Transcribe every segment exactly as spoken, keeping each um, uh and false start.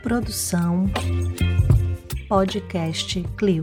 Produção Podcast Clio.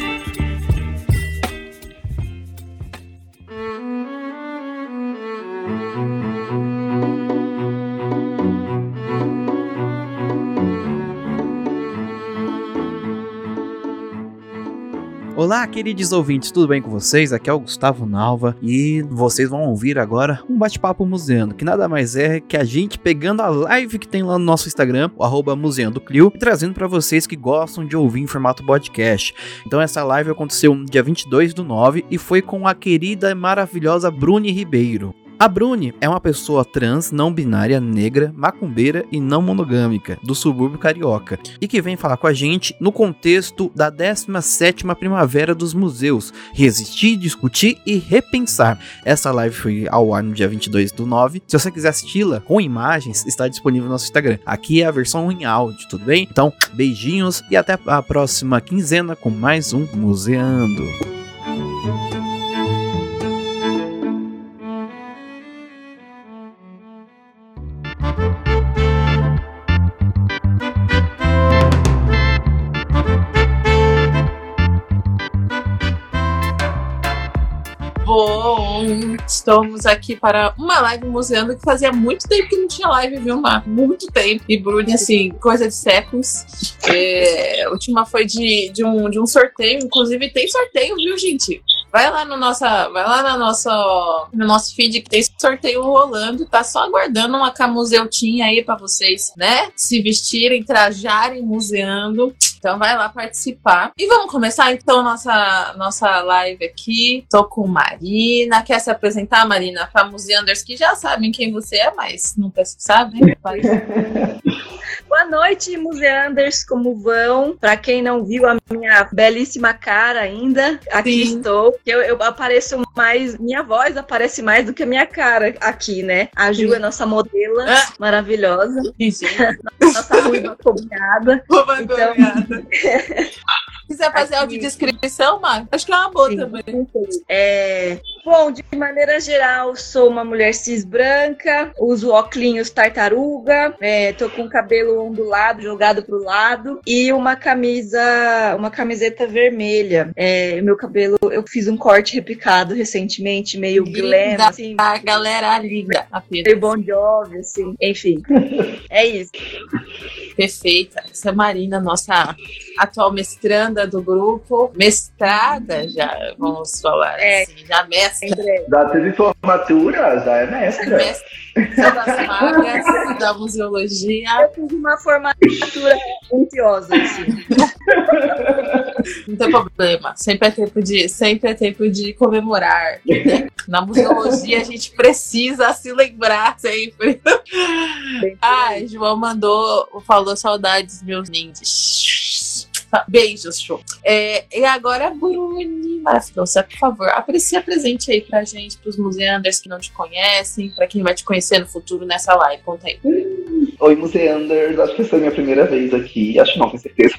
Olá, queridos ouvintes, tudo bem com vocês? Aqui é o Gustavo Nalva e vocês vão ouvir agora um bate-papo museando, que nada mais é que a gente pegando a live que tem lá no nosso Instagram, o arroba Museando Clio, e trazendo para vocês que gostam de ouvir em formato podcast. Então essa live aconteceu no dia vinte e dois do nove e foi com a querida e maravilhosa Bruni Ribeiro. A Bruni é uma pessoa trans, não binária, negra, macumbeira e não monogâmica, do subúrbio carioca, e que vem falar com a gente no contexto da décima sétima Primavera dos Museus, resistir, discutir e repensar. Essa live foi ao ar no dia vinte e dois do nove, se você quiser assisti-la com imagens, está disponível no nosso Instagram. Aqui é a versão em áudio, tudo bem? Então, beijinhos e até a próxima quinzena com mais um Museando. Bom, estamos aqui para uma live museando que fazia muito tempo que não tinha live, viu, Mar? Muito tempo. E Bruni, assim, coisa de séculos. É, a última foi de, de, um, de um sorteio, inclusive tem sorteio, viu, gente? Vai lá no nossa, vai lá na nossa, no nosso feed que tem sorteio rolando, tá só aguardando uma camuseutinha aí pra vocês, né? Se vestirem, trajarem, museando. Então vai lá participar. E vamos começar então nossa, nossa live aqui. Tô com Marina. Quer se apresentar, Marina? Para museanders que já sabem quem você é, mas nunca se sabe, né? Boa noite, museanders, como vão? Para quem não viu a minha belíssima cara ainda, aqui Sim. estou. Eu, eu apareço mais, minha voz aparece mais do que a minha cara aqui, né? A Ju Sim. é nossa modelo ah. maravilhosa. Sim. Nossa ruiva combinada. Então... quiser fazer aqui. Audiodescrição, Mar? Acho que é uma boa Sim, também. É... Bom, de maneira geral, sou uma mulher cis branca, uso óculos tartaruga, é, tô com o cabelo ondulado, jogado pro lado, e uma camisa, uma camiseta vermelha. É, meu cabelo, eu fiz um corte repicado recentemente, meio linda, glam, assim. A galera linda. Meio Bon Jovi, assim. Enfim, é isso. Perfeita. Essa é a Marina, nossa atual mestranda do grupo. Mestrada, já vamos falar é. assim, já mestra. Data de formatura, já é mestra. É mestra das magas, da museologia. Eu fiz uma formatura antiosa, assim. Não tem problema. Sempre é tempo de, sempre é tempo de comemorar. Né? Na museologia a gente precisa se lembrar sempre. Ai, João mandou, falou saudades, meus lindos. Beijos, show. É, e agora, Bruni, maravilhosa, por favor, aprecie a presente aí pra gente, pros museanders que não te conhecem, pra quem vai te conhecer no futuro nessa live. Conta aí. Oi, museanders, acho que essa é a minha primeira vez aqui, acho não, com certeza.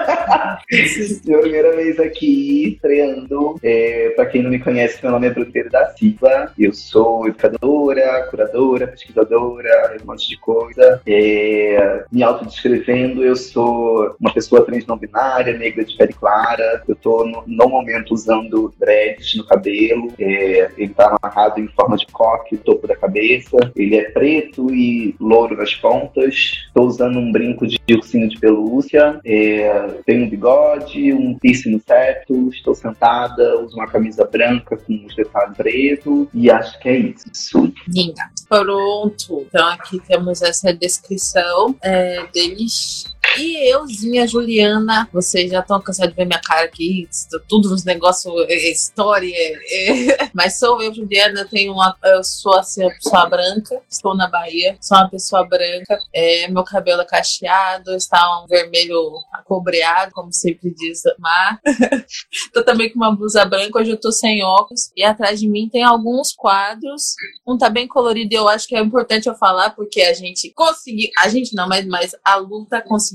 Minha primeira vez aqui, estreando. É, pra quem não me conhece, meu nome é Bruni da Silva, eu sou educadora, curadora, pesquisadora, um monte de coisa. É, me autodescrevendo, eu sou uma pessoa trans não binária, negra de pele clara. Eu tô no, no momento usando dreads no cabelo. É, ele tá amarrado em forma de coque, o topo da cabeça. Ele é preto e louro nas pontas. Tô usando um brinco de ursinho de pelúcia. É, tenho um bigode, um piercing no septo. Estou sentada, uso uma camisa branca com os detalhes pretos. E acho que é isso. Linda. Pronto. Então aqui temos essa descrição é, deles. E euzinha, Juliana, vocês já estão cansados de ver minha cara aqui, tudo os negócios, é, história, é, mas sou eu, Juliana, eu tenho uma, eu sou assim, uma pessoa branca, estou na Bahia, sou uma pessoa branca, é, meu cabelo é cacheado, está um vermelho acobreado, como sempre diz Mar. Tô também com uma blusa branca, hoje eu tô sem óculos, e atrás de mim tem alguns quadros, um tá bem colorido e eu acho que é importante eu falar, porque a gente conseguiu, a gente não, mas, mas a luta conseguiu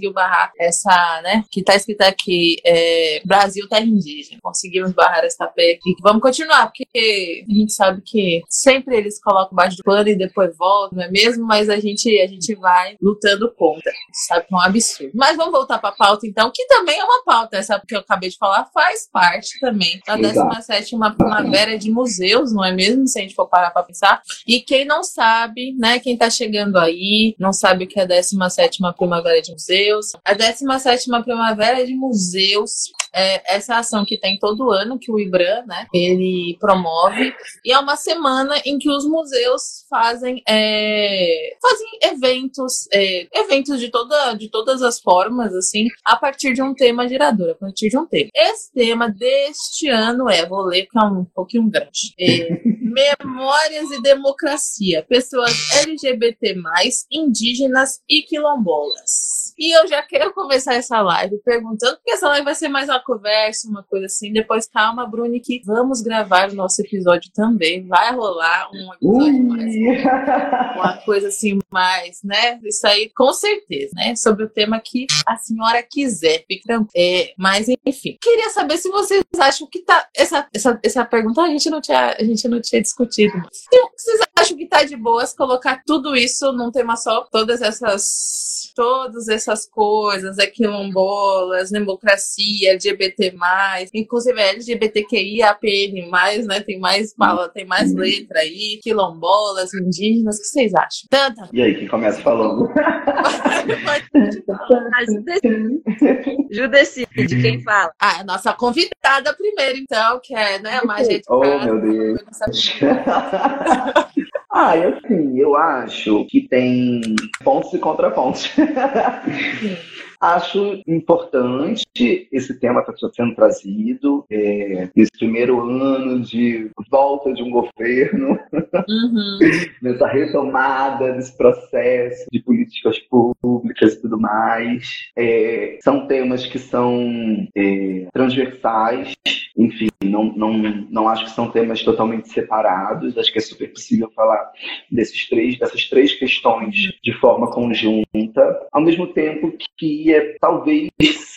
conseguiu barrar essa, né, que tá escrito aqui, é, Brasil Terra Indígena. Conseguimos barrar essa P E C. E vamos continuar, porque a gente sabe que sempre eles colocam baixo do pano e depois voltam, não é mesmo? Mas a gente, a gente vai lutando contra. Sabe que é um absurdo. Mas vamos voltar pra pauta, então, que também é uma pauta. Essa que eu acabei de falar faz parte também da décima sétima Primavera de Museus, não é mesmo? Se a gente for parar pra pensar. E quem não sabe, né, quem tá chegando aí, não sabe o que é a décima sétima Primavera de Museus. A décima sétima Primavera de Museus é essa ação que tem todo ano, que o IBRAM, né, ele promove, e é uma semana em que os museus fazem, é, fazem eventos, é, eventos de, toda, de todas as formas, assim, a partir de um tema gerador, a partir de um tema. Esse tema deste ano é, vou ler porque é um pouquinho grande, é, Memórias e Democracia, pessoas L G B T mais, indígenas e quilombolas. E eu já quero começar essa live perguntando, porque essa live vai ser mais uma conversa, uma coisa assim. Depois, calma, Bruni, que vamos gravar o nosso episódio também. Vai rolar um episódio mais, uma coisa assim mais, né? Isso aí, com certeza, né? Sobre o tema que a senhora quiser. Fique tranquilo. É, mas, enfim. Queria saber se vocês acham que tá... Essa, essa, essa pergunta a gente não tinha, a gente não tinha discutido. Se vocês acham que tá de boas colocar tudo isso num tema só? Todas essas... Todas essas coisas, é quilombolas, democracia, L G B T mais, inclusive L G B T Q I A P N mais, né? Tem mais fala, tem mais letra aí, quilombolas, indígenas, o que vocês acham? Tanta. E aí, quem começa falando? Ju decide quem fala. Ah, a nossa convidada primeiro, então, que é, né, mais gente. Oh, meu Deus. Ah, e assim, eu acho que tem pontos e contrapontos. Acho importante esse tema estar sendo trazido é, nesse primeiro ano de volta de um governo, uhum. nessa retomada desse processo de políticas públicas e tudo mais. É, são temas que são é, transversais, enfim, não, não, não acho que são temas totalmente separados, acho que é super possível falar desses três, dessas três questões de forma conjunta, ao mesmo tempo que é, talvez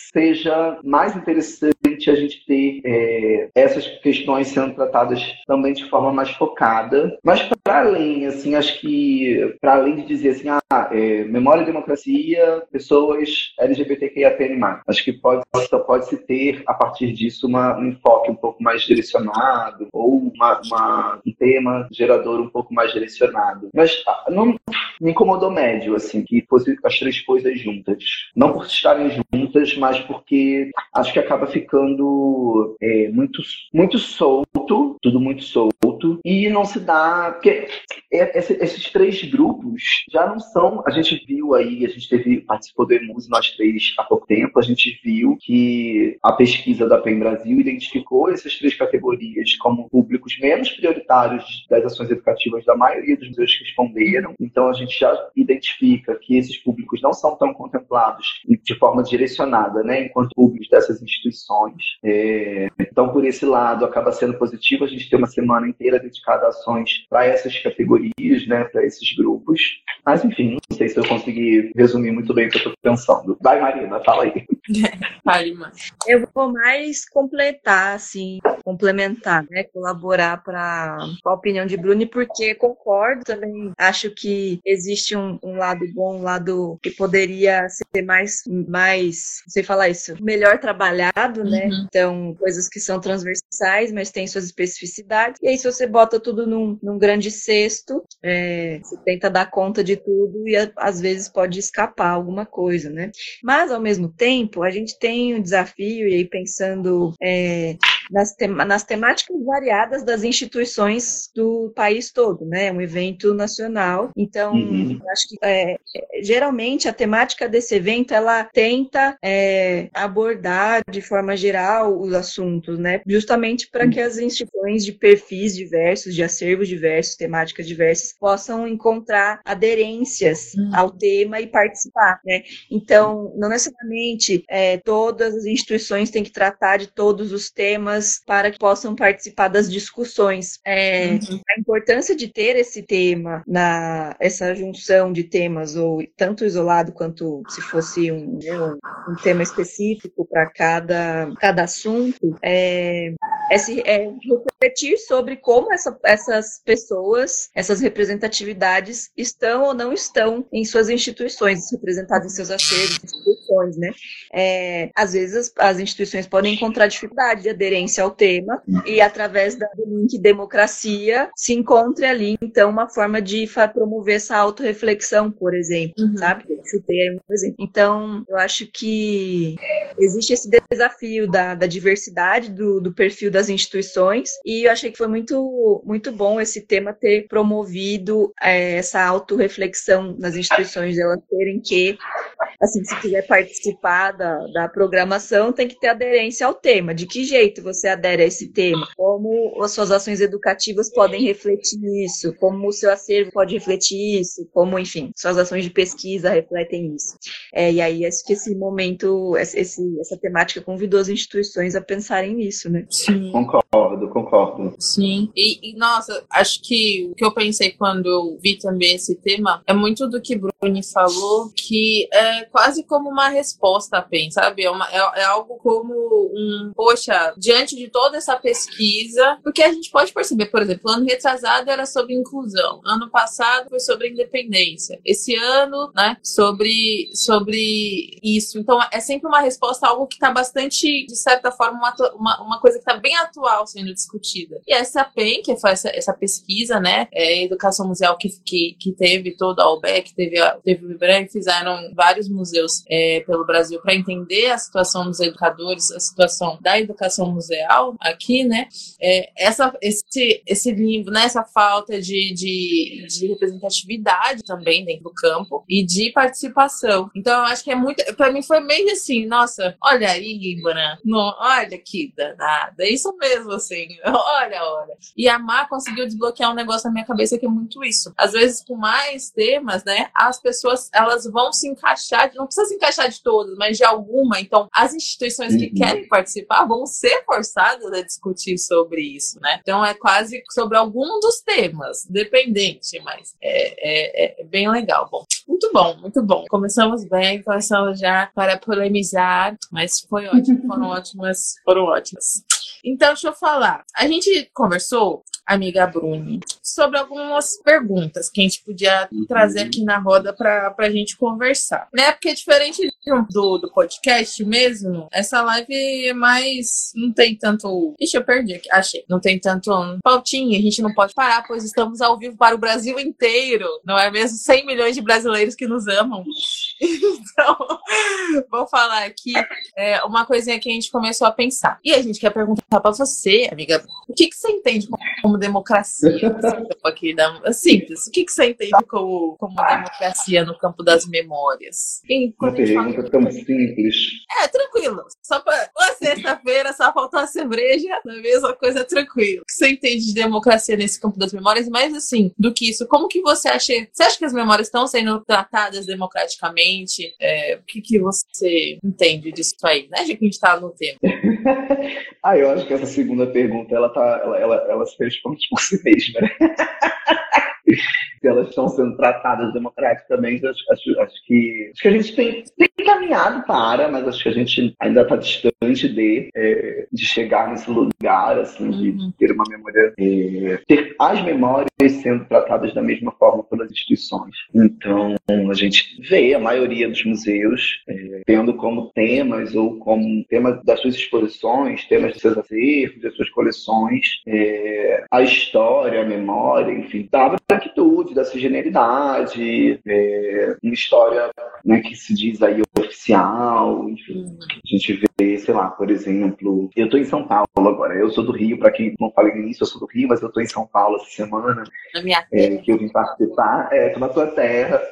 seja mais interessante a gente ter é, essas questões sendo tratadas também de forma mais focada, mas para além, assim, acho que para além de dizer assim, ah, é, memória e democracia, pessoas L G B T Q I A P N mais, acho que pode, pode se ter a partir disso uma, um enfoque um pouco mais direcionado ou uma, uma, um tema gerador um pouco mais direcionado, mas não me incomodou médio, assim, que fosse as três coisas juntas, não por estarem juntas, mas porque acho que acaba ficando é, muito, muito solto, tudo muito solto, e não se dá... Porque esse, esses três grupos já não são... A gente viu aí, a gente teve, participou do EMUSE nós três há pouco tempo, a gente viu que a pesquisa da P E N Brasil identificou essas três categorias como públicos menos prioritários das ações educativas da maioria dos museus que responderam, então a gente já identifica que esses públicos não são tão contemplados de forma direcionada, né, enquanto públicos dessas instituições. É, então, por esse lado, acaba sendo positivo a gente ter uma semana inteira dedicada a ações para essas categorias, né, para esses grupos. Mas, enfim, não sei se eu consegui resumir muito bem o que eu estou pensando. Vai, Marina, fala aí. Marina. Eu vou mais completar, assim, complementar, né, colaborar para a opinião de Bruni, porque concordo também, acho que existe um, um lado bom, um lado que poderia ser mais, mais, não sei falar isso, melhor trabalhado, né, uhum. Então, coisas que são transversais, mas têm suas especificidades, e aí se você bota tudo num, num grande cesto, é, você tenta dar conta de tudo e às vezes pode escapar alguma coisa, né, mas ao mesmo tempo, a gente tem um desafio, e aí pensando é, nas, tema, nas temáticas variadas das instituições do país todo, né? Um evento nacional. Então, uhum. acho que é, geralmente a temática desse evento ela tenta é, abordar de forma geral os assuntos, né? Justamente para que as instituições de perfis diversos, de acervos diversos, temáticas diversas, possam encontrar aderências uhum. ao tema e participar, né? Então, não necessariamente é, todas as instituições têm que tratar de todos os temas temas para que possam participar das discussões. É, uhum. A importância de ter esse tema, na, essa junção de temas, ou tanto isolado quanto se fosse um, um, um tema específico para cada, cada assunto, é, é, se, é refletir sobre como essa, essas pessoas, essas representatividades estão ou não estão em suas instituições, representadas em seus acervos, instituições, né? É, às vezes as, as instituições podem encontrar dificuldade de aderência ao tema e através da, do link democracia se encontre ali, então, uma forma de promover essa autorreflexão, por exemplo, uhum. sabe? Eu chutei aí um exemplo. Então, eu acho que existe esse desafio da, da diversidade do, do perfil das instituições e eu achei que foi muito, muito bom esse tema ter promovido é, essa autorreflexão nas instituições, elas terem que, assim, se quiser participar da, da programação, tem que ter aderência ao tema. De que jeito você adere a esse tema? Como as suas ações educativas podem refletir isso? Como o seu acervo pode refletir isso? Como, enfim, suas ações de pesquisa refletem isso? É, e aí, acho que esse momento, esse, essa temática convidou as instituições a pensarem nisso, né? Sim. Concordo, concordo. Sim. E, e, nossa, acho que o que eu pensei quando eu vi também esse tema é muito do que Bruni falou, que é quase como uma resposta a PEN, sabe? É, uma, é, é algo como um, poxa, diante de toda essa pesquisa, porque a gente pode perceber, por exemplo, ano retrasado era sobre inclusão, ano passado foi sobre independência, esse ano, né, sobre, sobre isso. Então, é sempre uma resposta a algo que está bastante, de certa forma, uma, uma, uma coisa que está bem atual sendo discutida. E essa PEN, que foi essa, essa pesquisa, né, é, educação museal que, que, que teve toda a U B E C, teve, a, teve o IBRAM, fizeram vários museus é, pelo Brasil para entender a situação dos educadores, a situação da educação museal aqui, né, é, essa, esse, esse limbo, né, essa falta de, de, de representatividade também dentro do campo e de participação. Então, eu acho que é muito, para mim foi meio assim, nossa, olha aí, Ibra, olha que danada, é isso mesmo, assim, olha, olha. E a Má conseguiu desbloquear um negócio na minha cabeça que é muito isso. Às vezes, com mais temas, né, as pessoas, elas vão se encaixar, não precisa se encaixar de todas, mas de alguma. Então, as instituições que uhum. querem participar vão ser forçadas a discutir sobre isso, né? Então, é quase sobre algum dos temas, dependente, mas é, é, é bem legal. Bom, muito bom, muito bom. Começamos bem, começamos já para polemizar, mas foi ótimo, foram ótimas, foram ótimas. Então, deixa eu falar. A gente conversou, amiga Bruni, sobre algumas perguntas que a gente podia trazer aqui na roda para a gente conversar, né? Porque diferente do, do podcast mesmo, essa live é mais... não tem tanto... Ixi, eu perdi aqui. Achei. Não tem tanto pautinha, a gente não pode parar, pois estamos ao vivo para o Brasil inteiro, não é mesmo? cem milhões de brasileiros que nos amam. Então, vou falar aqui é, uma coisinha que a gente começou a pensar. E a gente quer perguntar para você, amiga, o que, que você entende como, como democracia? Aqui, simples. O que, que você entende como, como democracia no campo das memórias? Quem, uma pergunta tão simples. É, tranquilo. Só para uma sexta-feira, só faltou a cerveja, na mesma coisa, tranquilo. O que você entende de democracia nesse campo das memórias? Mas, assim, do que isso, como que você acha... Você acha que as memórias estão sendo tratadas democraticamente? É, o que, que você entende disso aí, né? Já que a gente tá no tema. Ah, eu acho que essa segunda pergunta, ela, tá, ela, ela, ela se responde por si mesma, né? Se elas estão sendo tratadas democraticamente, acho, acho, acho, que, acho que a gente tem, tem caminhado para, mas acho que a gente ainda está distante de, é, de chegar nesse lugar, assim, de uhum. ter uma memória, é, ter as memórias sendo tratadas da mesma forma pelas instituições. Então, a gente vê a maioria dos museus é, tendo como temas ou como temas das suas exposições, temas dos seus acervos, das suas coleções, é, a história, a memória, enfim, da branquitude, da sugenialidade, é, uma história, né, que se diz aí oficial, enfim. A gente vê, sei lá, por exemplo, eu tô em São Paulo agora, eu sou do Rio, para quem não fala nisso, eu sou do Rio, mas eu tô em São Paulo essa semana, na minha é, que eu vim participar, é, tô na tua terra,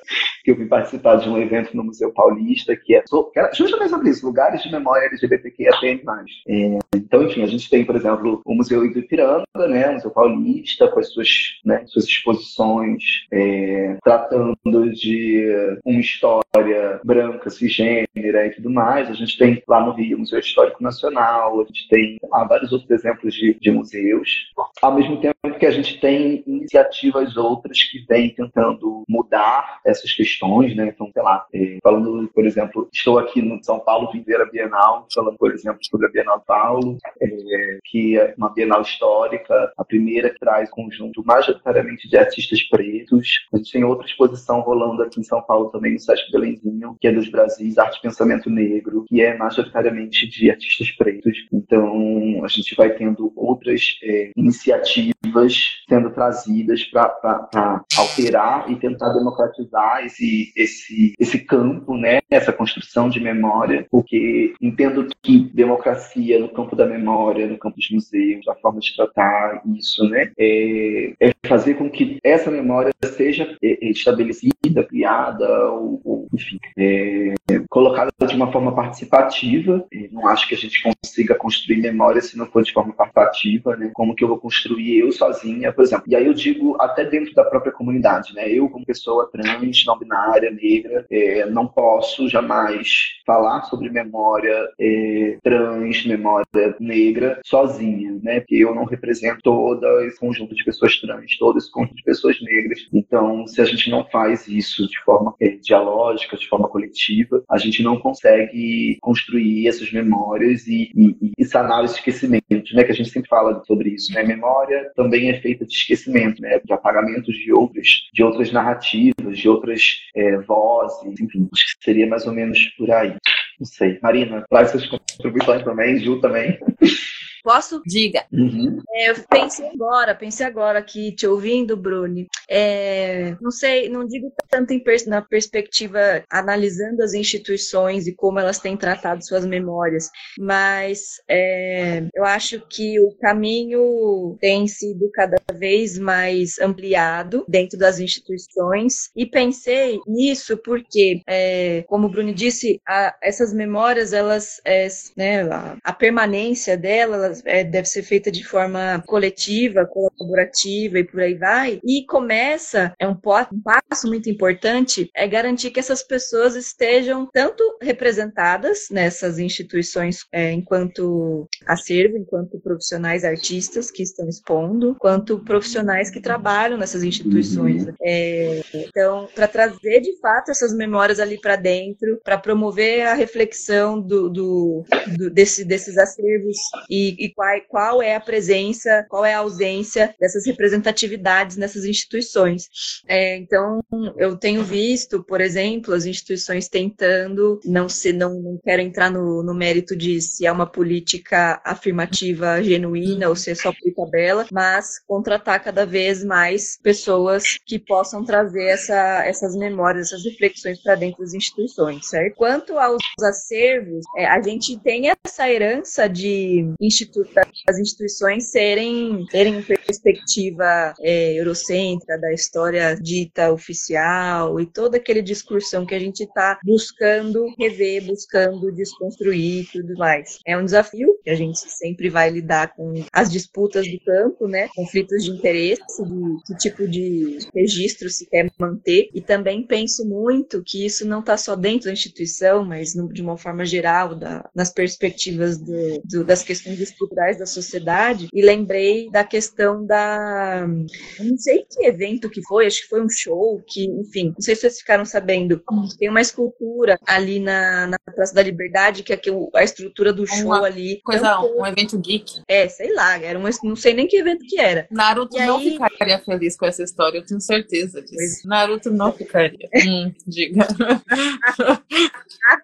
que eu vim participar de um evento no Museu Paulista, que, é, que era justamente sobre isso, lugares de memória L G B T Q I A P mais. É, então, enfim, a gente tem, por exemplo, o Museu do Ipiranga, né, o Museu Paulista, com as suas, né, suas exposições, é, tratando de uma história branca, cisgênera e tudo mais. A gente tem lá no Rio o Museu Histórico Nacional, a gente tem ah, vários outros exemplos de, de museus, ao mesmo tempo que a gente tem iniciativas outras que vêm tentando mudar essas questões, né? Então, sei lá, é, falando, por exemplo, estou aqui no São Paulo, vim ver a Bienal, falando, por exemplo, sobre a Bienal de Paulo, é, que é uma Bienal histórica, a primeira que traz um conjunto majoritariamente de artistas pretos. A gente tem outra exposição rolando aqui em São Paulo também, no Sesc Belenzinho, que é dos Brasis, Arte e Pensamento Negro, que é majoritariamente de artistas pretos. Então, a gente vai tendo outras é, iniciativas sendo trazidas para alterar e tentar democratizar esse, esse, esse campo, né? Essa construção de memória, porque entendo que democracia no campo da memória, no campo dos museus, a forma de tratar isso, né? É, é fazer com que essa memória seja estabelecida, criada, ou, ou enfim, é, colocada de uma forma participativa. Eu não acho que a gente consiga construir memória se não for de forma participativa, né? Como que eu vou construir eu sozinha, por exemplo. E aí eu digo até dentro da própria comunidade, né? Eu, como pessoa trans, não binária, negra, é, não posso jamais falar sobre memória é, trans, memória negra sozinha, né? Porque eu não represento todo esse conjunto de pessoas trans, todo esse conjunto de pessoas negras. Então, se a gente não faz isso de forma é, dialógica, de forma coletiva, a gente não consegue construir essas memórias e, e, e sanar os esquecimentos, né? Que a gente sempre fala sobre isso, né? Memória também é feita de esquecimento, né? De apagamentos de outras, de outras narrativas, de outras é, vozes, enfim, acho que seria mais ou menos por aí. Não sei. Marina, traz suas contribuições também, Ju também. Posso? Diga. Uhum. É, eu pensei agora, pensei agora aqui, te ouvindo, Bruni. É, não sei, não digo tanto em pers- na perspectiva analisando as instituições e como elas têm tratado suas memórias, mas é, eu acho que o caminho tem sido cada vez mais ampliado dentro das instituições, e pensei nisso porque, é, como o Bruni disse, a, essas memórias, elas, é, né, a, a permanência delas É, deve ser feita de forma coletiva, colaborativa e por aí vai. E começa, é um, um passo muito importante, é garantir que essas pessoas estejam tanto representadas nessas instituições é, enquanto acervo, enquanto profissionais artistas que estão expondo, quanto profissionais que trabalham nessas instituições. É, então, para trazer de fato essas memórias ali para dentro, para promover a reflexão do, do, do, desse, desses acervos e, e qual, qual é a presença, qual é a ausência dessas representatividades nessas instituições. É, então, eu tenho visto, por exemplo, as instituições tentando, não, se, não, não quero entrar no, no mérito de se é uma política afirmativa genuína ou se é só por tabela, mas contratar cada vez mais pessoas que possam trazer essa, essas memórias, essas reflexões para dentro das instituições, certo? Quanto aos acervos, é, a gente tem essa herança de institu- das instituições serem, terem uma perspectiva é, eurocêntrica da história dita oficial e todo aquele discursão que a gente está buscando rever, buscando desconstruir e tudo mais. É um desafio que a gente sempre vai lidar com as disputas do campo, né? Conflitos de interesse, de que tipo de registro se quer manter, e também penso muito que isso não está só dentro da instituição, mas no, de uma forma geral, da, nas perspectivas do, do, das questões estruturais da sociedade, e lembrei da questão da... não sei que evento que foi, acho que foi um show, que, enfim, não sei se vocês ficaram sabendo, tem uma escultura ali na, na Praça da Liberdade, que é a estrutura do show uma ali... Coisa, um, um evento geek. É, sei lá, era um, não sei nem que evento que era. Naruto e não aí... ficaria feliz com essa história, eu tenho certeza disso. Pois... Naruto não ficaria. hum, diga.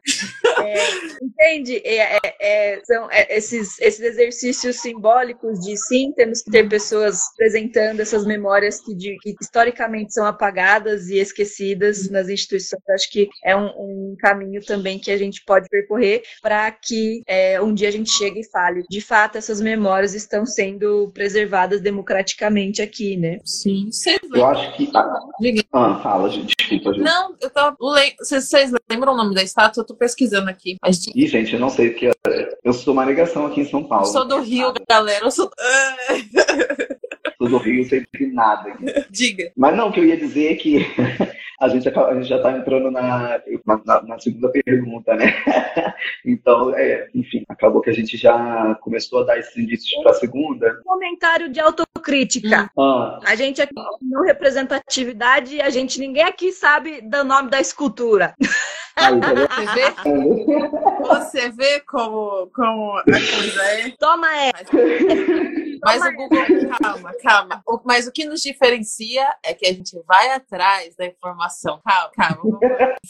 É, entende? É, é, é, são é, esses, esses exercícios simbólicos de sim, temos que ter pessoas apresentando essas memórias que, de, que historicamente são apagadas e esquecidas nas instituições. Acho que é um, um caminho também que a gente pode percorrer para que é, um dia a gente chegue e fale. De fato, essas memórias estão sendo preservadas democraticamente aqui, né? Sim. Eu acho que... Ah, fala, gente. Desculpa, gente. Não, eu tava... Vocês lembram o nome da estátua? Eu tô pesquisando aqui. Mas... Ih, gente, eu não sei o que é. Eu sou uma negação aqui em São Paulo. Eu sou do Rio, galera. Eu sou... Sou do Rio, sem nada. Diga. Mas não, o que eu ia dizer é que a gente, a gente já está entrando na, na, na segunda pergunta, né? Então, é, enfim, acabou que a gente já começou a dar esses indícios para a segunda. Comentário de autocrítica. Hum. Ah. A gente aqui no representatividade, a gente, ninguém aqui sabe do nome da escultura. Aí, tá vendo? Você vê? Você vê como, como a coisa é? Toma é. Mas, mas o Google, calma, calma. O, mas o que nos diferencia é que a gente vai atrás da informação. Calma, calma.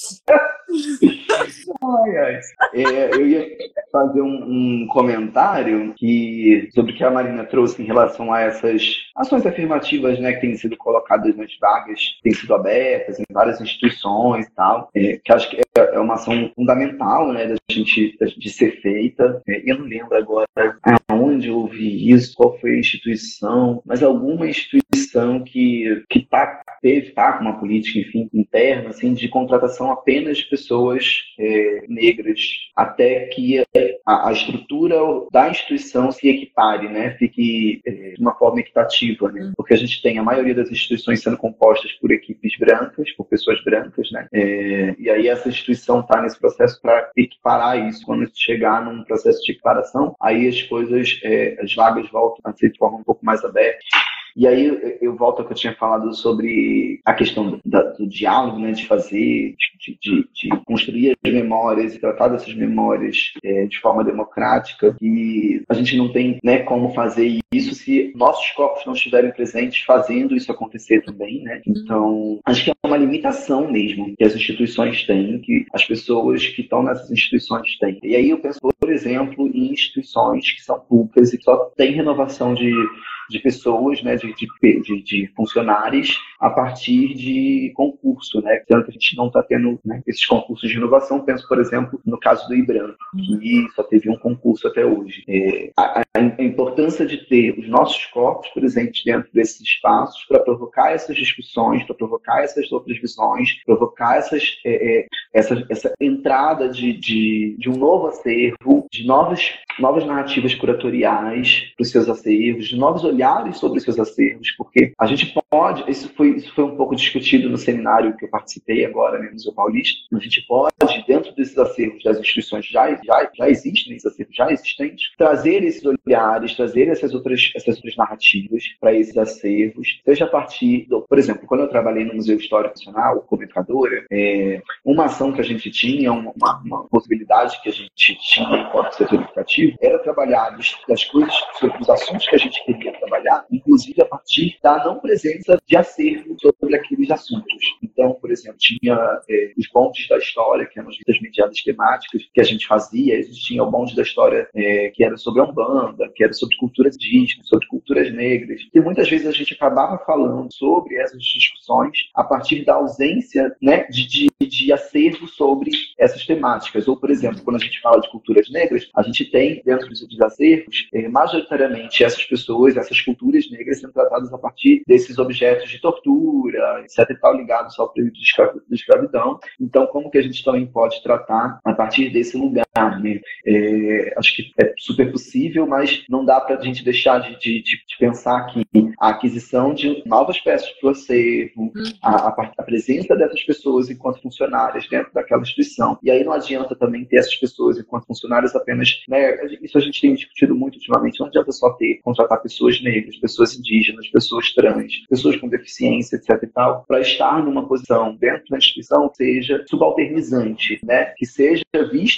Ai, ai. É, eu ia fazer um, um comentário que, sobre o que a Marina trouxe em relação a essas ações afirmativas, né, que têm sido colocadas nas vagas, têm sido abertas em várias instituições e tal, é, que acho que é, é uma ação fundamental, né, da gente, da, de ser feita. É, eu não lembro agora aonde eu ouvi isso, qual foi a instituição, mas alguma instituição que, que tá, teve, tá com uma política, enfim, interna, assim, de contratação apenas de pessoas é, negras, até que a, a estrutura da instituição se equipare, né, fique é, de uma forma equitativa, né, porque a gente tem a maioria das instituições sendo compostas por equipes brancas, por pessoas brancas, né, é, e aí essa instituição está nesse processo para equiparar isso. Quando chegar num processo de equiparação, aí as coisas, é, as vagas voltam a ser de forma um pouco mais aberta. E aí eu, eu volto ao que eu tinha falado sobre a questão do, da, do diálogo, né, de fazer, de, de, de construir as memórias e tratar dessas memórias é, de forma democrática. E a gente não tem, né, como fazer isso se nossos corpos não estiverem presentes fazendo isso acontecer também, né? Então, acho que é uma limitação mesmo que as instituições têm, que as pessoas que estão nessas instituições têm. E aí eu penso, por exemplo, em instituições que são públicas e que só tem renovação de de pessoas, né, de, de, de, de funcionários a partir de concurso, né, sendo que a gente não está tendo, né, esses concursos de inovação. Penso, por exemplo, no caso do IBRAM, que só teve um concurso até hoje. É, a, a importância de ter os nossos corpos presentes dentro desses espaços para provocar essas discussões, para provocar essas outras visões, provocar essas, é, é, essa, essa entrada de, de, de um novo acervo, de novas, novas narrativas curatoriais para os seus acervos, de novos olhares sobre os seus acervos, porque a gente pode, isso foi, isso foi um pouco discutido no seminário que eu participei agora, né, no Museu Paulista, a gente pode, dentro desses acervos das instituições já, já, já existem, esses acervos já existentes, trazer esses olhares, trazer essas outras, essas outras narrativas para esses acervos, seja a partir, do, por exemplo, quando eu trabalhei no Museu Histórico Nacional, como educadora, é, uma ação que a gente tinha, uma, uma possibilidade que a gente tinha enquanto setor educativo, era trabalhar das coisas, sobre os assuntos que a gente queria trabalhar, inclusive a partir da não presença de acervo sobre aqueles assuntos. Então, por exemplo, tinha é, os bondes da história, que eram as visitas mediadas temáticas que a gente fazia. A gente tinha o bonde da história é, que era sobre a Umbanda, que era sobre culturas indígenas, sobre culturas negras, e muitas vezes a gente acabava falando sobre essas discussões a partir da ausência, né, de, de, de acervo sobre essas temáticas. Ou, por exemplo, quando a gente fala de culturas negras, a gente tem dentro dos acervos, é, majoritariamente essas pessoas, essas culturas negras sendo tratadas a partir desses objetos de tortura, etc e tal, ligados ao período de escravidão. Então, como que a gente também pode tratar a partir desse lugar, né? É, acho que é super possível, mas não dá para a gente deixar de, de, de pensar que a aquisição de novas peças para o acervo, a, a, a presença dessas pessoas enquanto funcionárias dentro daquela instituição. E aí não adianta também ter essas pessoas enquanto funcionárias apenas, né? Isso a gente tem discutido muito ultimamente. Não adianta só ter, contratar pessoas negras, pessoas indígenas, pessoas trans, pessoas com deficiência, etc e tal, para estar numa posição dentro da instituição que seja subalternizante, né? Que seja vista dentro da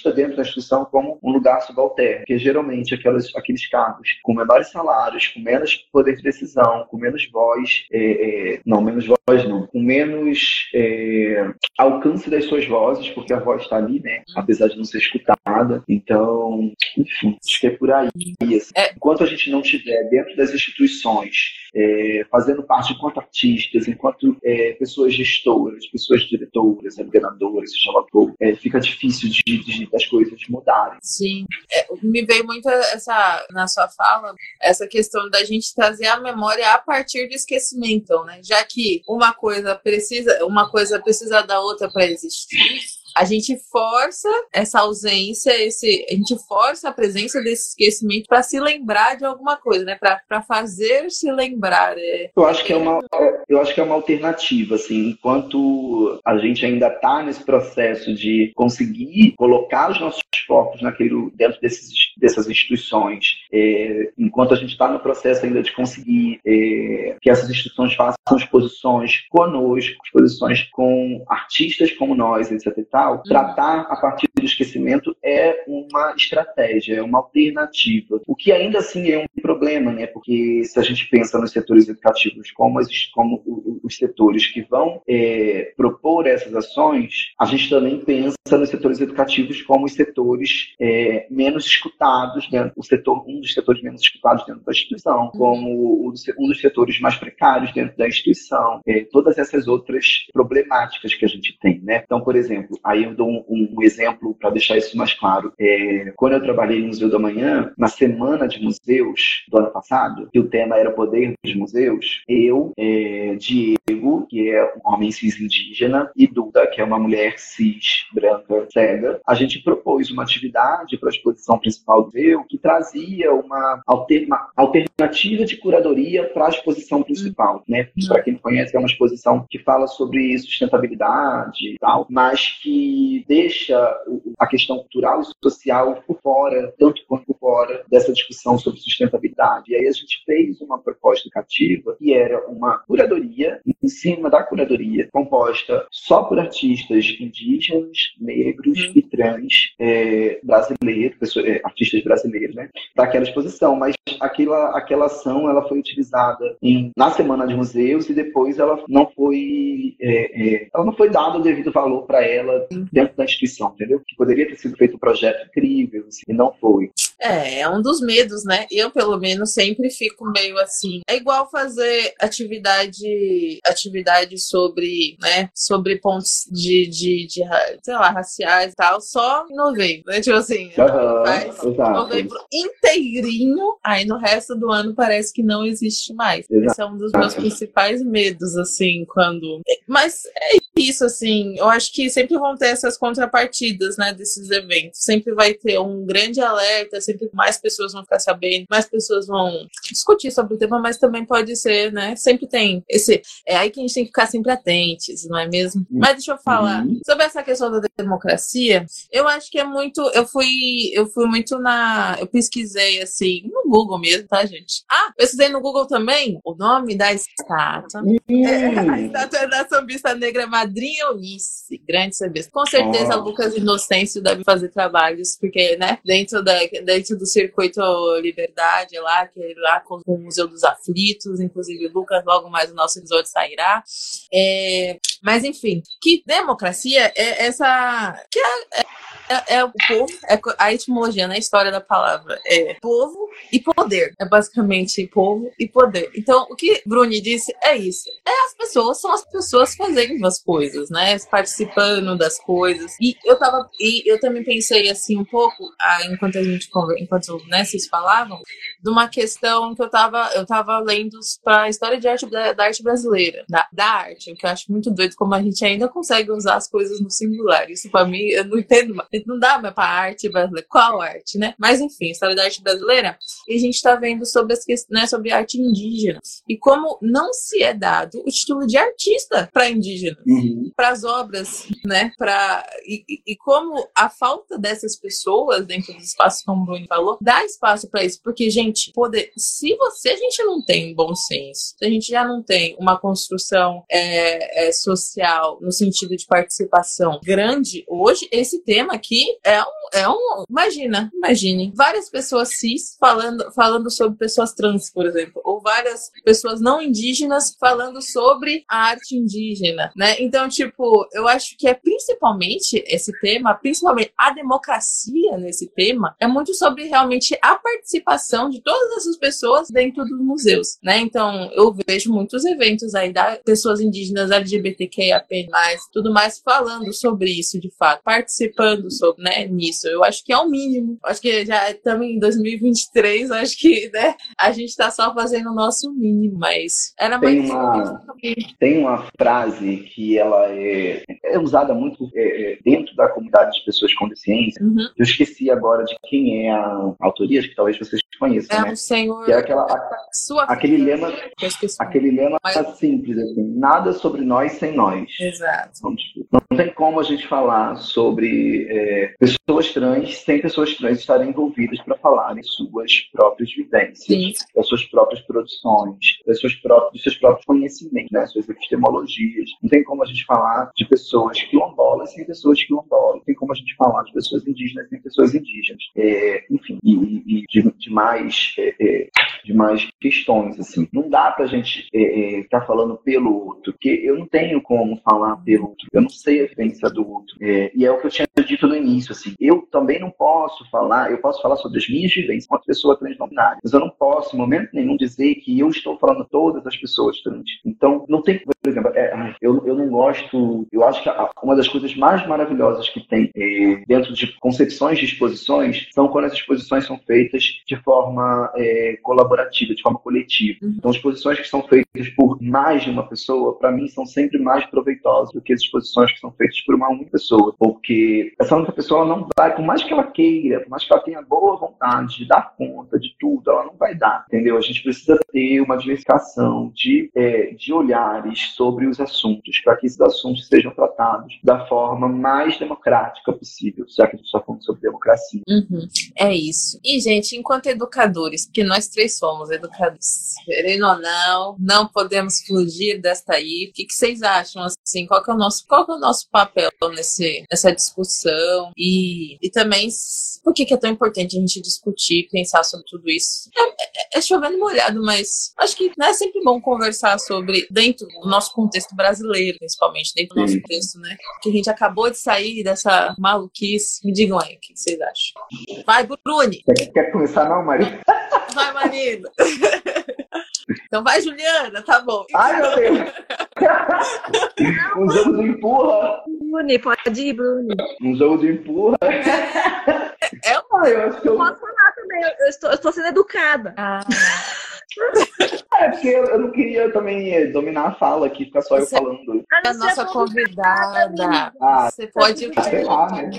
instituição como um lugar subalterno, porque geralmente aquelas, aqueles cargos com menores salários, com menos poder de decisão, com menos voz, é, é, não, menos voz não, com menos é, alcance das suas vozes, porque a voz está ali, né, apesar de não ser escutada. Então, enfim, acho que é por aí. Assim. Enquanto a gente não estiver dentro das instituições, é, fazendo parte enquanto artistas, enquanto é, pessoas gestoras, pessoas diretoras, coordenadoras, seja lá for, é, fica difícil de, de, das coisas mudarem. Sim, é, me veio muito essa, na sua fala, essa questão da gente trazer a memória a partir do esquecimento, né? Já que uma coisa precisa, uma coisa precisa da outra para existir, a gente força essa ausência, esse, a gente força a presença desse esquecimento para se lembrar de alguma coisa, né? Para fazer se lembrar. É. Eu acho que é uma, eu acho que é uma alternativa, assim, enquanto a gente ainda está nesse processo de conseguir colocar os nossos focos naquele, dentro desses, dessas instituições, é, enquanto a gente está no processo ainda de conseguir é, que essas instituições façam exposições conosco, exposições com artistas como nós, etcétera. Tratar a partir do esquecimento é uma estratégia, é uma alternativa. O que ainda assim é um problema, né? Porque se a gente pensa nos setores educativos como, as, como os setores que vão é, propor essas ações, a gente também pensa nos setores educativos como os setores é, menos escutados, dentro, o setor, um dos setores menos escutados dentro da instituição, como o, um dos setores mais precários dentro da instituição, é, todas essas outras problemáticas que a gente tem, né? Então, por exemplo, aí eu dou um, um exemplo para deixar isso mais claro. É, quando eu trabalhei no Museu da Manhã, na semana de museus do ano passado, que o tema era Poder dos Museus, eu, é, Diego, que é um homem cis indígena, e Duda, que é uma mulher cis branca cega, a gente propôs uma atividade para a exposição principal do museu que trazia uma, alter, uma alternativa de curadoria para a exposição principal, né? Para quem não conhece, é uma exposição que fala sobre sustentabilidade e tal, mas que deixa a questão cultural e social por fora, tanto quanto por fora dessa discussão sobre sustentabilidade. E aí a gente fez uma proposta educativa que era uma curadoria, em cima da curadoria, composta só por artistas indígenas, negros uhum. e trans é, brasileiros, pessoas, é, artistas brasileiros, né, para aquela exposição. Mas aquela, aquela ação ela foi utilizada em, na Semana de Museus e depois ela não foi, é, é, ela não foi dado o devido valor para ela dentro da instituição, entendeu? Que poderia ter sido feito um projeto incrível, assim, e não foi. É, é um dos medos, né? Eu, pelo menos, sempre fico meio assim. É igual fazer atividade, atividade sobre, né, sobre pontos de, de, de, sei lá, raciais e tal, só em novembro, né? Tipo assim, uhum, faz novembro inteirinho, aí no resto do ano parece que não existe mais. Exato. Esse é um dos meus principais medos, assim, quando... Mas é isso, assim, eu acho que sempre vão ter essas contrapartidas, né, desses eventos. Sempre vai ter um grande alerta, sempre mais pessoas vão ficar sabendo, mais pessoas vão discutir sobre o tema, mas também pode ser, né, sempre tem esse... É aí que a gente tem que ficar sempre atentos, não é mesmo? Mas deixa eu falar uhum. sobre essa questão da democracia. Eu acho que é muito... Eu fui, eu fui muito na... Eu pesquisei, assim, no Google mesmo, tá, gente? Ah, pesquisei no Google também o nome da estátua. Uhum. É, a estátua da sambista negra Madrinha Eunice, grande sambista. Com certeza, oh. Lucas Inocêncio deve fazer trabalhos, porque, né, dentro, da, dentro do circuito Liberdade, lá, que é lá com o Museu dos Aflitos, inclusive Lucas, logo mais o nosso episódio sairá. É, mas, enfim, que democracia é essa... Que é, é, é o povo, é a etimologia, né, a história da palavra. É povo e poder. É basicamente povo e poder. Então, o que Bruni disse é isso. É as pessoas, são as pessoas fazendo as coisas, né? Participando das coisas. E eu tava, e eu também pensei assim um pouco, ah, enquanto a gente enquanto, né, vocês falavam, de uma questão que eu tava, eu tava lendo para a história de arte da, da arte brasileira, da, da arte, o que eu acho muito doido como a gente ainda consegue usar as coisas no singular. Isso para mim, eu não entendo mais. Não dá mais para arte brasileira. Qual arte, né? Mas enfim, história da arte brasileira, e a gente tá vendo sobre as questões, né, sobre arte indígena e como não se é dado o título de artista para indígenas, uhum. para as obras, né? Pra, e, e como a falta dessas pessoas dentro dos espaços, como o Bruno falou, dá espaço para isso. Porque, gente, gente poder... Se você, a gente não tem bom senso, se a gente já não tem uma construção é, é, social no sentido de participação grande, hoje esse tema aqui é um... É um imagina, imagine, várias pessoas cis falando, falando sobre pessoas trans, por exemplo, ou várias pessoas não indígenas falando sobre a arte indígena, né? Então, tipo, eu acho que é principalmente esse tema, principalmente a democracia nesse tema, é muito sobre realmente a participação de todas essas pessoas dentro dos museus, né? Então, eu vejo muitos eventos aí da pessoas indígenas, L G B T Q I A P mais, tudo mais, falando sobre isso de fato, participando sobre, né, nisso. Eu acho que é o mínimo. Acho que já estamos em dois mil e vinte e três, acho que, né, a gente está só fazendo o nosso mínimo, mas era tem mais uma Tem uma frase que ela é, é usada muito é, dentro da comunidade de pessoas com deficiência. Uhum. Eu esqueci agora de quem é a autoria, acho que talvez vocês conheçam, É né? um senhor... Que é aquela, a, Sua aquele filha, lema, eu esqueci. aquele lema Mas- simples, assim, nada sobre nós sem nós. Exato. Então, tipo, não tem como a gente falar sobre é, pessoas trans sem pessoas trans estarem envolvidas para falarem suas próprias vivências, Sim. das suas próprias produções, das suas próprias, dos seus próprios conhecimentos, né, suas epistemologias. Não tem como a gente falar de pessoas quilombolas sem pessoas quilombolas. Não tem como a gente falar de pessoas indígenas sem pessoas indígenas. É, enfim, e, e de, de, mais, é, é, de mais questões, assim. Não dá pra gente estar é, é, tá falando pelo outro, porque eu não tenho como falar pelo outro. Eu não sei a vivência do outro. É, e é o que eu tinha dito no início, assim. Eu também não posso falar, eu posso falar sobre as minhas vivências como pessoa transnominária, mas eu não posso, em momento nenhum, dizer que eu estou falando todas as pessoas trans. Então, não tem, por exemplo, é, eu, eu não gosto, eu acho que a, uma das coisas mais maravilhosas que tem é, dentro de concepções de exposições são quando as exposições são feitas de forma é, colaborativa, de forma coletiva. Então, exposições que são feitas por mais de uma pessoa, para mim, são sempre mais proveitosas do que as exposições que são feitas por uma única pessoa, porque essa única pessoa ela não vai, por mais que ela queira, por mais que ela tenha boa vontade de dar conta de tudo, ela não vai dar, entendeu? A gente precisa ter uma diversificação de, é, de olhares sobre os assuntos, para que esses assuntos sejam tratados da forma mais democrática possível, já que a gente está falando sobre democracia. Uhum. É isso. E, gente, enquanto educadores, porque nós três somos educadores, querendo ou não, não podemos fugir desta aí. O que, que vocês acham, assim? Qual que é o nosso, qual que é o nosso papel nesse, nessa discussão? E, e também, por que, que é tão importante a gente discutir, pensar sobre tudo isso? É, é, é chovendo molhado, mas acho que não é sempre bom conversar sobre, dentro do nosso contexto brasileiro, principalmente, dentro do nosso Sim. contexto, né? Porque a gente acabou de sair dessa maluquice. Me digam aí, o que, que vocês acham? Vai, Bruni! Quer, quer começar não, Maria? Vai, marido! Então vai, Juliana, tá bom. Ai, meu Deus! Um jogo de empurra! Bruni, pode ir, Bruni. Um jogo de empurra! É um... Ah, eu acho que eu... Posso falar também, eu estou, eu estou sendo educada. Ah, É, porque eu, eu não queria também é, dominar a fala aqui, ficar só Você- eu falando. é a nossa convidada. Ah, Você pode... sei lá, né?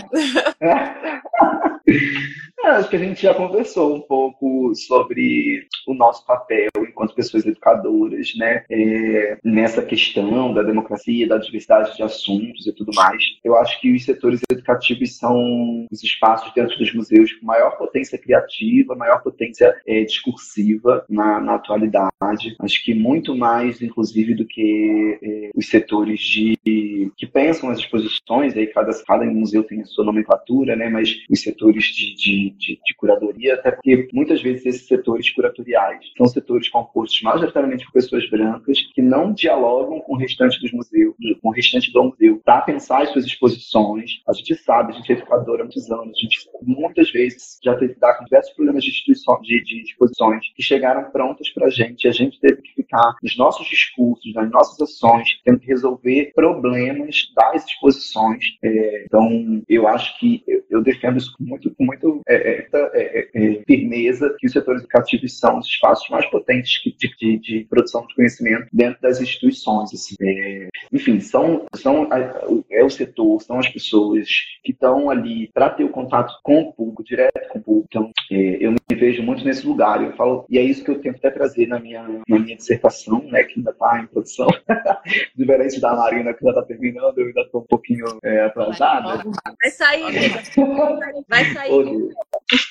É, acho que a gente já conversou um pouco sobre o nosso papel enquanto pessoas educadoras, né? É, nessa questão da democracia, da diversidade de assuntos e tudo mais. Eu acho que os setores educativos são os espaços dentro dos museus com maior potência criativa, maior potência é, discursiva na, na atualidade. Acho que muito mais, inclusive, do que é, os setores de, que pensam as exposições, aí cada, cada museu tem a sua nomenclatura, né? Mas os setores de, de De, de curadoria, até porque muitas vezes esses setores curatoriais são setores compostos majoritariamente por pessoas brancas que não dialogam com o restante dos museus, com o restante do museu, para pensar as suas exposições. A gente sabe, a gente é educadora há muitos anos, a gente muitas vezes já teve que lidar com diversos problemas de, instituição, de, de exposições que chegaram prontas para a gente, e a gente teve que ficar nos nossos discursos, nas nossas ações, tendo que resolver problemas das exposições. É, então, eu acho que eu, eu defendo isso com muito, com muito é, é, é, é, firmeza, que os setores educativos são os espaços mais potentes que, de, de, de produção de conhecimento dentro das instituições. Assim. É, enfim, são, são é o setor, são as pessoas que estão ali para ter o contato com o público, direto com o público. Então, é, eu me vejo muito nesse lugar. Eu falo, e é isso que eu tento até trazer na minha, na minha dissertação, né, que ainda está em produção, diferente da Marina, que já está terminando, eu ainda estou um pouquinho é, atrasada. Vai sair, amiga. Vai sair. Ô,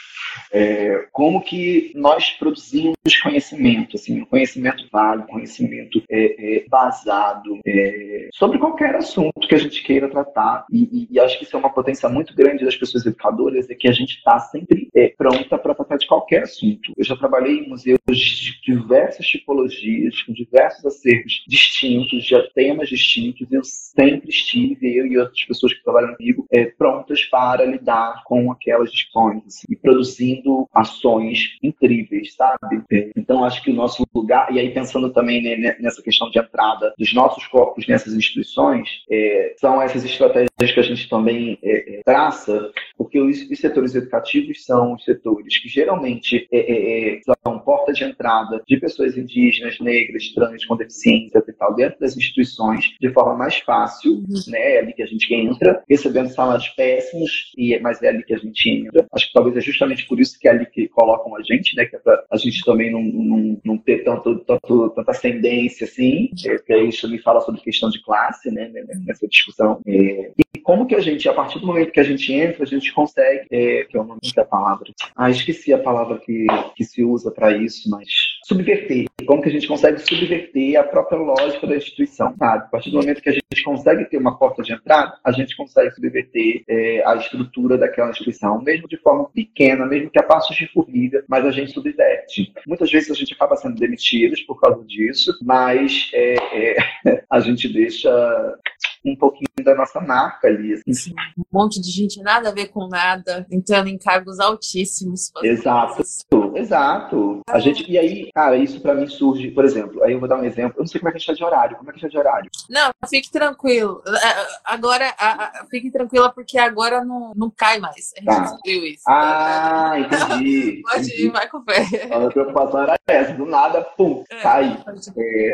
É, como que nós produzimos conhecimento, assim, um conhecimento válido, conhecimento é, é, basado é, sobre qualquer assunto que a gente queira tratar. E, e, e acho que isso é uma potência muito grande das pessoas educadoras, é que a gente está sempre é, pronta para tratar de qualquer assunto. Eu já trabalhei em museus de diversas tipologias, com diversos acervos distintos, de temas distintos, e eu sempre estive, eu e outras pessoas que trabalham comigo, é, prontas para lidar com aquelas discussões, assim, e produzindo ações incríveis, sabe? É, então, acho que o nosso lugar, e aí pensando também, né, nessa questão de entrada dos nossos corpos nessas instituições, é, são essas estratégias que a gente também é, é, traça, porque os, os setores educativos são os setores que geralmente é, é, é, são porta de entrada de pessoas indígenas, negras, trans, com deficiência e tal, dentro das instituições, de forma mais fácil, uhum. né? É ali que a gente entra, recebendo salários péssimos, e, mas é ali que a gente entra. Acho que talvez é justamente por isso que é ali que colocam a gente, né? Que é pra a gente também não, não, não ter tanto, tanto, tanta ascendência, assim, é, porque aí isso me fala sobre questão de classe, né? Nessa discussão. É, e como que a gente, a partir do momento que a gente entra, a gente consegue, é, que eu não sei a palavra, ah, esqueci a palavra que, que se usa para isso, mas subverter. Como que a gente consegue subverter a própria lógica da instituição, sabe? A partir do momento que a gente consegue ter uma porta de entrada, a gente consegue subverter é, a estrutura daquela instituição, mesmo de forma pequena, mesmo que a passos de formiga, mas a gente subverte. Muitas vezes a gente acaba sendo demitidos por causa disso, mas é, é, a gente deixa um pouquinho da nossa marca ali. Assim. Um monte de gente nada a ver com nada, entrando em cargos altíssimos. Exato, coisas. exato. A gente, e aí, cara, isso pra mim surge, por exemplo, aí eu vou dar um exemplo, eu não sei como é que a gente tá de horário, como é que a gente tá de horário? Não, fique tranquilo. Agora, a, a, fique tranquila, porque agora não, não cai mais. A gente tá. descobriu isso. Ah, entendi. Pode entendi. ir, vai com fé. A preocupação era essa, do nada, pum, cai. É...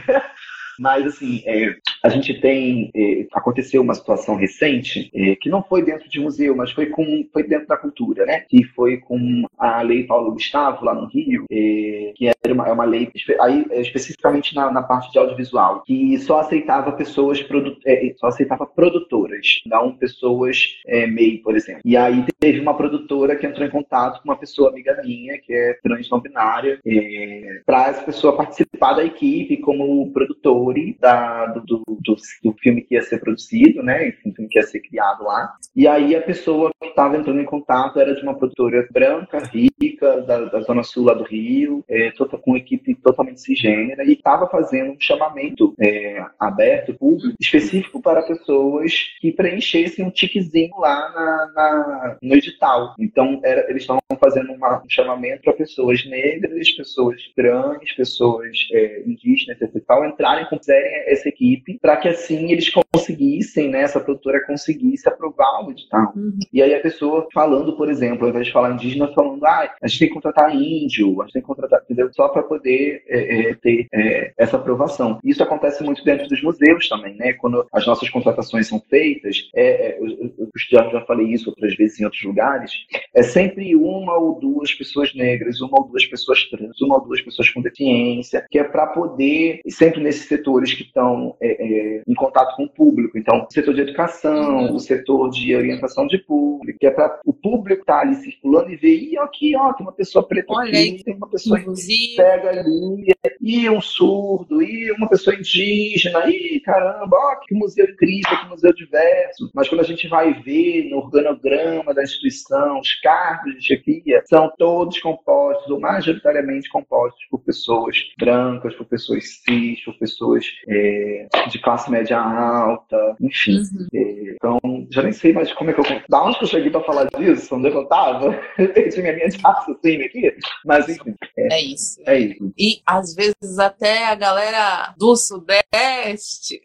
Mas, assim, é, a gente tem... É, aconteceu uma situação recente, é, que não foi dentro de museu, mas foi, com, foi dentro da cultura, né? Que foi com a Lei Paulo Gustavo, lá no Rio, é, que era uma, é uma lei, aí, especificamente na, na parte de audiovisual, que só aceitava pessoas, produ, é, só aceitava produtoras, não pessoas é, M E I, por exemplo. E aí teve uma produtora que entrou em contato com uma pessoa amiga minha, que é trans não binária, é, para essa pessoa participar da equipe como produtora Da, do, do, do, do filme que ia ser produzido, né? Enfim, o filme que ia ser criado lá. E aí a pessoa que estava entrando em contato era de uma produtora branca, rica, da, da zona sul lá do Rio, é, tota, com uma equipe totalmente cisgênera, e estava fazendo um chamamento é, aberto, público, específico para pessoas que preenchessem um tiquezinho lá na, na, no edital. Então, era, eles estavam fazendo uma, um chamamento para pessoas negras, pessoas trans, pessoas é, indígenas e tal, entrarem fizerem essa equipe, para que assim eles conseguissem, né, essa produtora conseguisse aprovar o edital. Uhum. E aí a pessoa falando, por exemplo, ao invés de falar indígena, falando, ah, a gente tem que contratar índio, a gente tem que contratar, entendeu? Só para poder é, é, ter é, essa aprovação. Isso acontece muito dentro dos museus também, né? Quando as nossas contratações são feitas, é, é, eu, eu já, já falei isso outras vezes em outros lugares, é sempre uma ou duas pessoas negras, uma ou duas pessoas trans, uma ou duas pessoas com deficiência, que é para poder, sempre nesses setores que estão é, é, em contato com o público. Então, o setor de educação, uhum. o setor de orientação de público, que é para o público estar tá ali circulando e ver, e aqui, ó, tem uma pessoa preta Olha aqui, aí, tem uma pessoa que pega ali, e um surdo, e uma pessoa indígena, e caramba, ó, que museu incrível, que museu diverso. Mas quando a gente vai ver no organograma da instituição, os cargos de chefia são todos compostos, ou majoritariamente compostos por pessoas brancas, por pessoas cis, por pessoas é, de classe média alta, enfim. Uhum. É, então, já nem sei mais como é que eu... Da onde que eu cheguei pra falar disso? Onde eu tava? Eu perdi minha linha de raciocínio aqui. Mas, enfim. É, é isso. É isso. E, às vezes, até a galera do Sudeste...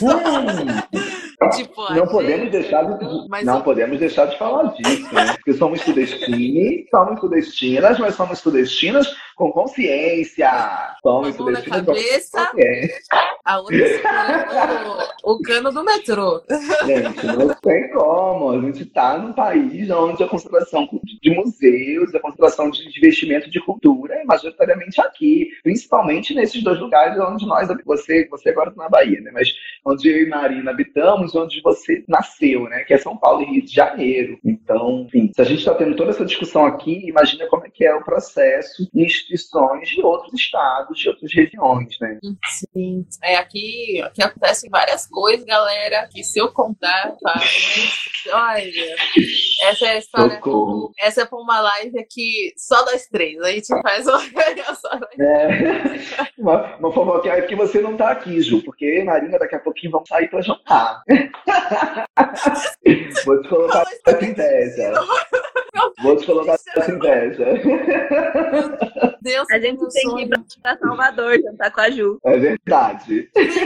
Hum. Tipo, não podemos gente... deixar de, mas não eu... podemos deixar de falar disso, né? Porque somos sudestinos, somos sudestinas, mas somos sudestinas com consciência. Somos sudestinas com consciência. A outra segurando o cano do metrô. Gente, não tem como. A gente tá num país onde a conservação de museus, a concentração de investimento de cultura é majoritariamente aqui, principalmente nesses dois lugares onde nós, você, você agora está na Bahia, né? Mas onde eu e Marina habitamos, onde você nasceu, né? Que é São Paulo e Rio de Janeiro. Então, enfim, se a gente está tendo toda essa discussão aqui, imagina como é que é o processo em instituições de outros estados, de outras regiões, né? Sim. É, aqui, aqui acontecem várias coisas, galera, que se eu contar, tá? Mas, olha, essa é a história. Socorro. Essa é pra uma live aqui só nós três. A gente faz uma só nós três. É. Uma, uma fofoquinha é porque você não tá aqui, Ju, porque eu e Marina daqui a pouquinho vão sair pra jantar. Vou te colocar essa inveja. Vou te colocar essa inveja. Deus, A gente tem sonho. que ir pra Salvador jantar com a Ju. É verdade.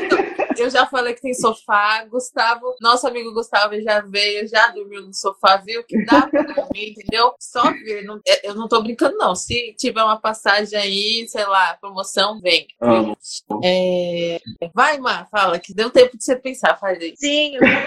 Eu já falei que tem sofá. Gustavo, nosso amigo Gustavo já veio, já dormiu no sofá, viu que dá pra dormir, entendeu? Só ver. Não, eu não tô brincando, não. Se tiver uma passagem aí, sei lá, promoção, vem. Amo. É... Vai, Má, fala, que deu tempo de você pensar, faz isso. Sim, eu vou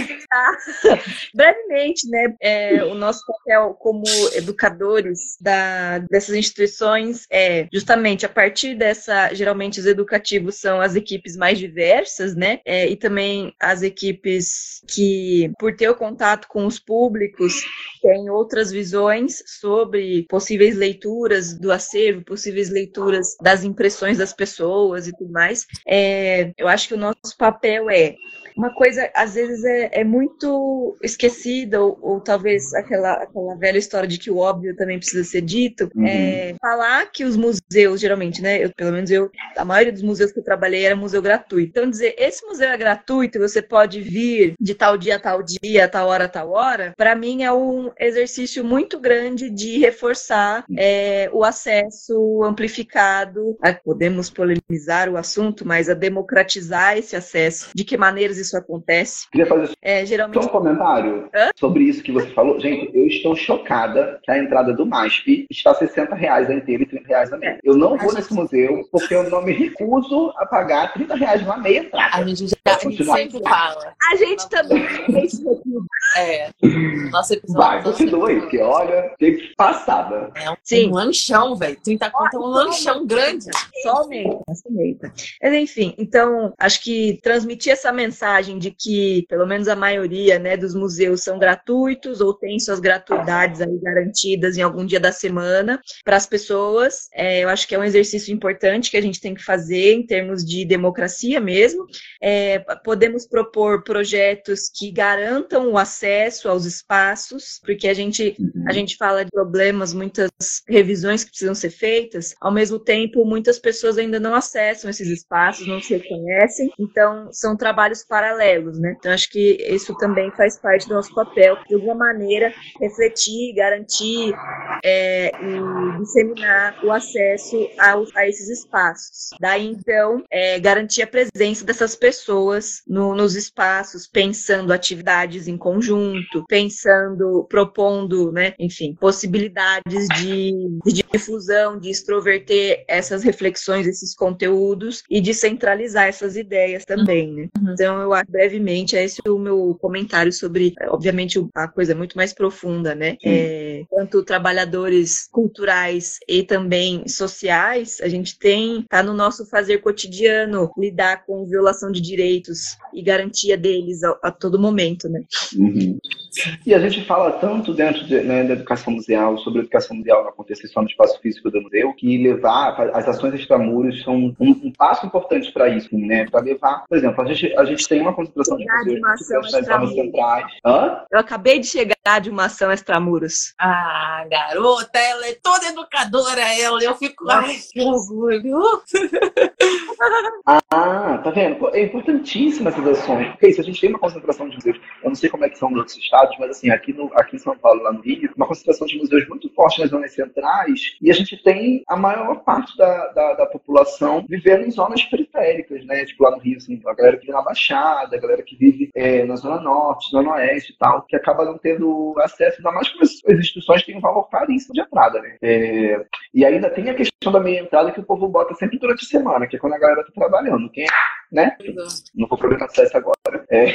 pensar brevemente, né? É, o nosso papel como educadores da, dessas instituições é justamente a partir dessa, geralmente os educativos são as equipes mais diversas, né? É, e também as equipes que, por ter o contato com os públicos, têm outras visões sobre possíveis leituras do acervo, possíveis leituras das impressões das pessoas e tudo mais. É, eu acho que o nosso papel é uma coisa, às vezes, é, é muito esquecida, ou, ou talvez aquela, aquela velha história de que o óbvio também precisa ser dito. Uhum. É, falar que os museus, geralmente, né? Eu, pelo menos eu, a maioria dos museus que eu trabalhei era museu gratuito. Então, dizer, esse museu é gratuito, você pode vir de tal dia a tal dia, tal hora a tal hora, para mim é um exercício muito grande de reforçar é, o acesso amplificado. A, podemos polemizar o assunto, mas a democratizar esse acesso. De que maneiras isso acontece? Queria fazer É, geralmente... só um comentário Hã? sobre isso que você falou. Gente, eu estou chocada que a entrada do MASP está sessenta reais a inteira e trinta reais a meia. Eu não vou nesse museu porque eu não me recuso a pagar trinta reais uma meia entrada. A gente já a gente sempre fala. A gente também tem esse motivo. É. Nosso episódio. Vai, continue, porque olha, tem passada. É um, Sim. um lanchão, velho. trinta conto é um lanchão grande. Só aumenta, só aumenta. Mas enfim, então, acho que transmitir essa mensagem de que, pelo menos a maioria, né, dos museus são gratuitos ou têm suas gratuidades aí garantidas em algum dia da semana para as pessoas, é, eu acho que é um exercício importante que a gente tem que fazer em termos de democracia mesmo. É, podemos propor projetos que garantam o acesso aos espaços, porque a gente, a gente fala de problemas, muitas revisões que precisam ser feitas, ao mesmo tempo, muitas pessoas ainda não acessam esses espaços, não se reconhecem, então são trabalhos paralelos, né? Então acho que isso também faz parte do nosso papel, de alguma maneira, refletir, garantir é, e disseminar o acesso ao, a esses espaços. Daí, então, é, garantir a presença dessas pessoas no, nos espaços, pensando atividades em conjunto, pensando, propondo, né, enfim, possibilidades de, de difusão, de extroverter essas reflexões, esses conteúdos e de centralizar essas ideias também, né? Uhum. Então, eu acho, brevemente, é esse o meu comentário sobre, obviamente, a coisa muito mais profunda, né? É, tanto trabalhadores culturais e também sociais, a gente tem, tá no nosso fazer cotidiano, lidar com violação de direitos e garantia deles a, a todo momento, né? Uhum. E a gente fala tanto dentro de, né, da educação museal, sobre a educação museal não acontecer só no espaço físico do museu, que levar as ações extramuros são um, um passo importante para isso, né? Para levar, por exemplo, a gente, a gente tem uma concentração de museus nas zonas centrais. Hã? Eu acabei de chegar de uma ação extramuros. Ah, garota, ela é toda educadora, ela, eu fico, ai, que orgulho. Ah, tá vendo? É importantíssima essas ações, porque isso, a gente tem uma concentração de museus, eu não sei como é que são nos outros estados, mas assim, aqui, no, aqui em São Paulo, lá no Rio, uma concentração de museus muito forte nas zonas centrais, e a gente tem a maior parte da, da, da população vivendo em zonas periféricas, né? Tipo lá no Rio, assim, a galera que vive na Baixada, a galera que vive é, na Zona Norte, Zona Oeste e tal, que acaba não tendo acesso, ainda mais porque as instituições têm um valor caríssimo de entrada, né? É, e ainda tem a questão da meia entrada que o povo bota sempre durante a semana, que é quando a galera tá trabalhando. Quem é né? Não vou problematizar isso agora. É.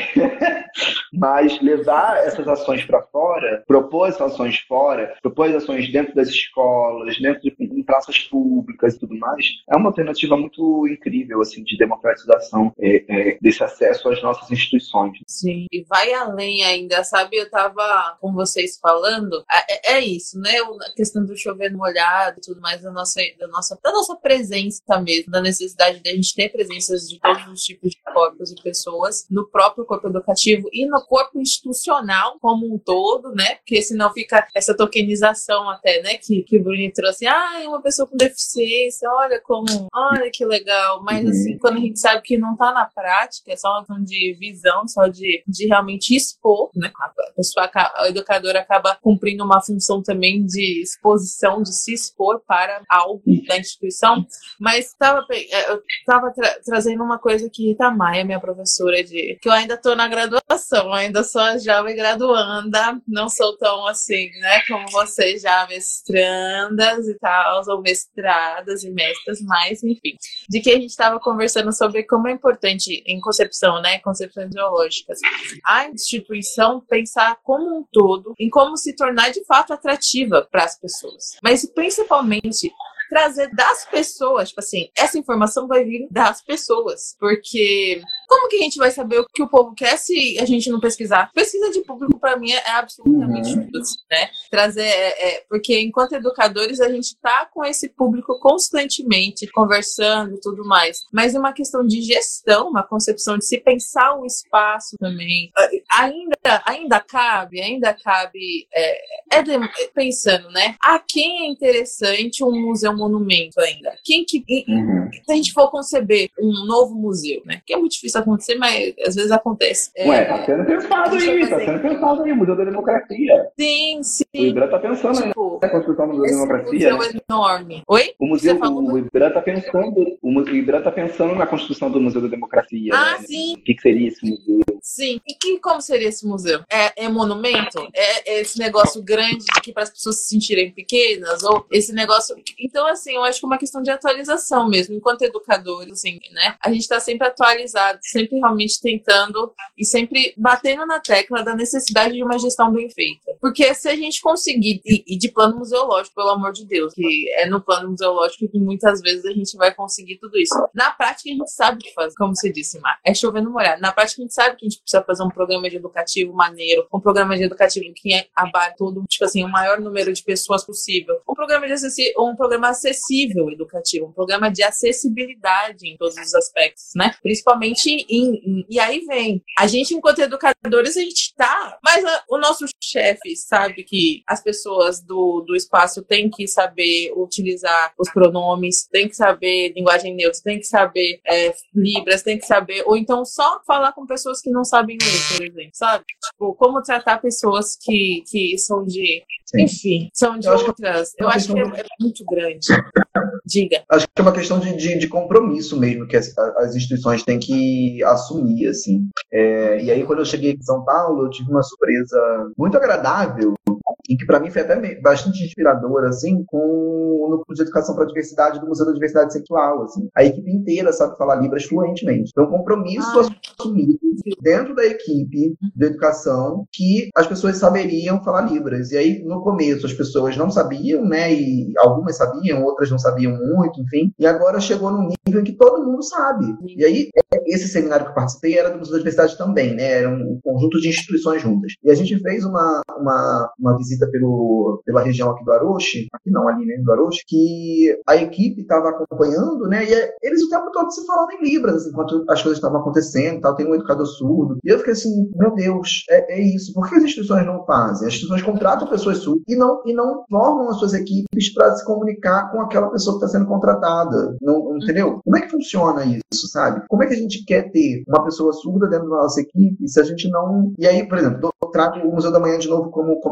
Mas levar essas ações para fora, propor essas ações fora, propor as ações dentro das escolas, dentro de em praças públicas e tudo mais, é uma alternativa muito incrível, assim, de democratização é, é, desse acesso às nossas instituições. Sim, e vai além ainda, sabe? Eu tava com vocês falando, é, é isso, né? A questão do chover no molhado e tudo mais, da nossa, da, nossa, da nossa presença mesmo, da necessidade de a gente ter presenças de todos os tipos de corpos e pessoas no próprio corpo educativo e no corpo institucional como um todo, né? Porque senão fica essa tokenização até, né? Que, que o Bruni trouxe, ah, é uma pessoa com deficiência, olha como, olha que legal, mas assim, quando a gente sabe que não tá na prática, é só uma questão de visão, só de, de realmente expor, né? A pessoa, a educadora acaba cumprindo uma função também de exposição, de se expor para algo da instituição, mas tava, eu tava tra- trazendo uma coisa que Rita Maia, minha professora, de que eu ainda tô na graduação, ainda sou a jovem graduanda, não sou tão assim, né, como vocês já mestrandas e tal, ou mestradas e mestras, mas enfim, de que a gente estava conversando sobre como é importante em concepção, né, concepções ideológicas, a instituição pensar como um todo em como se tornar de fato atrativa para as pessoas, mas principalmente trazer das pessoas, tipo assim, essa informação vai vir das pessoas, porque como que a gente vai saber o que o povo quer se a gente não pesquisar? Pesquisa de público, para mim, é absolutamente Uhum. tudo, né? Trazer, é, é, porque enquanto educadores, a gente tá com esse público constantemente, conversando e tudo mais, mas é uma questão de gestão, uma concepção de se pensar o espaço também, ainda, ainda cabe, ainda cabe, é, é de, pensando, né? A quem é interessante um museu monumento ainda? Quem que, Uhum. se a gente for conceber um novo museu, né? Que é muito difícil acontecer, mas às vezes acontece. Ué, É, tá sendo pensado aí, tá sendo pensado aí, o Museu da Democracia. sim, sim. O Ibram tá pensando aí Tipo, na construção do Museu da esse Democracia, museu né? enorme. Oi? O museu, Você falou? o Ibram tá pensando, o, mu- o Ibram tá pensando na construção do Museu da Democracia, Ah, né? sim. O que, que seria esse museu? Sim. E que, como seria esse museu? É, é monumento? É, é esse negócio grande que para as pessoas se sentirem pequenas? Ou esse negócio... Então, assim, eu acho que é uma questão de atualização mesmo. Enquanto educadores, assim, né? A gente está sempre atualizado, sempre realmente tentando e sempre batendo na tecla da necessidade de uma gestão bem feita. Porque se a gente conseguir... E, e de plano museológico, pelo amor de Deus, que é no plano museológico que muitas vezes a gente vai conseguir tudo isso. Na prática, a gente sabe o que fazer, como você disse, Mar. É chover no molhado. Na prática, a gente sabe que a gente precisa fazer um programa de educativo maneiro, um programa de educativo que abarque todo, tipo assim, o maior número de pessoas possível. Um programa de acessi- um programa acessível educativo, um programa de acessibilidade em todos os aspectos, né? Principalmente em, em e aí vem, a gente enquanto educadores, a gente tá, mas a, o nosso chefe sabe que as pessoas do, do espaço têm que saber utilizar os pronomes, tem que saber linguagem neutra, tem que saber é, libras, tem que saber, ou então só falar com pessoas que não sabem ler, por exemplo, sabe? Tipo, como tratar pessoas que, que são de, Sim. enfim, são de Eu acho que- outras, eu acho que é, é muito grande. Diga. Acho que é uma questão de, de, de compromisso mesmo que as, as instituições têm que assumir, assim. É, e aí, quando eu cheguei aqui em São Paulo, eu tive uma surpresa muito agradável, e que para mim foi até meio- bastante inspiradora, assim, com o Núcleo de Educação para a Diversidade do Museu da Diversidade Sexual, assim. A equipe inteira sabe falar Libras fluentemente. Então, um compromisso Ah. assumido dentro da equipe de educação que as pessoas saberiam falar Libras. E aí, no começo, as pessoas não sabiam, né, e algumas sabiam, outras não sabiam muito, enfim. E agora chegou num nível em que todo mundo sabe. E aí, esse seminário que eu participei era do Museu da Diversidade também, né? Era um conjunto de instituições juntas. E a gente fez uma, uma, uma visita pelo, pela região aqui do Aroche, aqui não, ali, né, do Aroche, que a equipe estava acompanhando, né? E eles o tempo todo se falando em Libras, assim, enquanto as coisas estavam acontecendo, tal, tem um educador surdo. E eu fiquei assim, meu Deus, é, é isso. Por que as instituições não fazem? As instituições contratam pessoas surdas e não, e não formam as suas equipes para se comunicar com aquela pessoa que está sendo contratada. Não, entendeu? Como é que funciona isso, sabe? Como é que a gente quer ter uma pessoa surda dentro da nossa equipe se a gente não... E aí, por exemplo, eu trago o Museu da Manhã de novo como, como exemplo.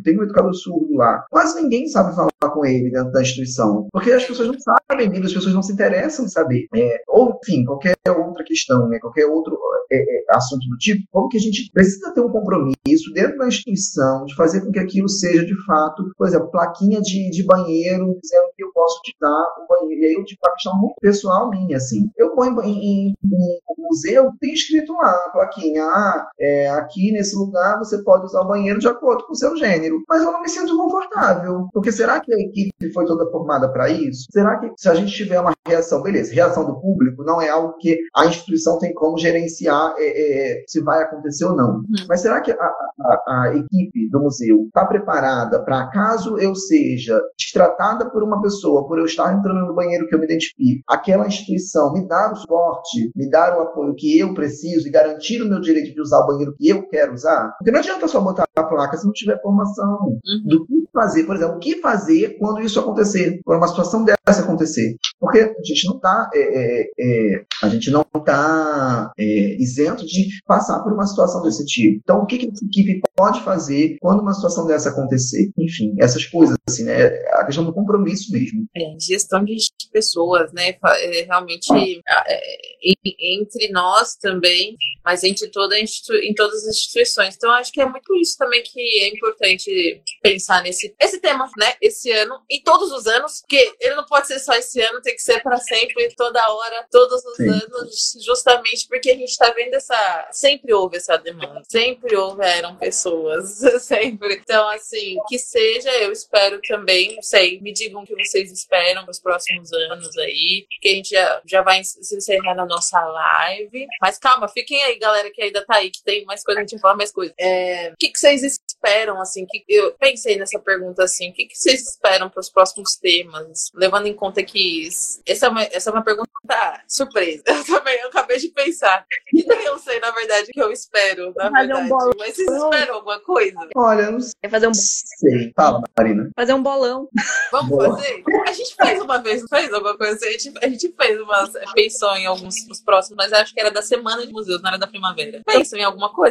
tem um educador surdo lá. Quase ninguém sabe falar com ele dentro da instituição, porque as pessoas não sabem, as pessoas não se interessam em saber. É, ou, enfim, qualquer outra questão, né, qualquer outro é, é, assunto do tipo, como que a gente precisa ter um compromisso dentro da instituição de fazer com que aquilo seja, de fato, por exemplo, plaquinha de, de banheiro, dizendo que eu posso te dar um banheiro. E aí eu digo uma questão muito pessoal minha, assim. Eu vou em, em, em, em museu, tem escrito lá a plaquinha, ah, é, aqui nesse lugar você pode usar o banheiro de acordo com o seu gênero. Mas eu não me sinto confortável, porque será que a equipe foi toda formada para isso? Será que se a gente tiver uma reação, beleza, reação do público não é algo que a instituição tem como gerenciar é, é, se vai acontecer ou não. Uhum. Mas será que a, a, a equipe do museu está preparada para, caso eu seja destratada por uma pessoa, por eu estar entrando no banheiro que eu me identifico, aquela instituição me dar o suporte, me dar o apoio que eu preciso e garantir o meu direito de usar o banheiro que eu quero usar? Porque não adianta só botar a placa se não tiver formação uhum. do que fazer, por exemplo, o que fazer quando isso acontecer, quando uma situação dessa acontecer. Porque a gente não está é, é, é, a gente não está é, isento de passar por uma situação desse tipo. Então, o que, que a equipe pode fazer quando uma situação dessa acontecer? Enfim, essas coisas, assim, né? A questão do compromisso mesmo. É, gestão de pessoas, né? É, realmente é, entre nós também, mas entre toda institu- em todas as instituições. Então, acho que é muito isso também que é importante pensar nesse esse tema, né? Esse ano, e todos os anos, porque ele não pode ser só esse ano, tem que ser para sempre, toda hora, todos os Sim. anos, justamente porque a gente está vendo essa... Sempre houve essa demanda, sempre houveram pessoas, sempre. Então, assim, que seja, eu espero também, não sei, me digam o que vocês esperam para os próximos anos aí, que a gente já, já vai se encerrar na nossa live. Mas calma, fiquem aí, galera, que ainda tá aí, que tem mais coisa, a gente vai falar mais coisa. É, o que, que vocês esperam, assim, que eu pensei nessa pergunta, assim, o que, que vocês esperam para os próximos temas, levando em conta que essa é uma, essa é uma pergunta surpresa. Eu também eu acabei de pensar. E nem eu sei, na verdade, o que eu espero, na fazer verdade. Um bolão. Mas vocês esperam alguma coisa? Olha, eu não sei. Quer fazer um Sei. Fala, Marina. Fazer um bolão. Vamos bolão. fazer? A gente fez uma vez, não fez alguma coisa assim? A gente, a gente fez umas, pensou em alguns dos próximos, mas acho que era da semana de museus, não era da primavera. Pensam em alguma coisa?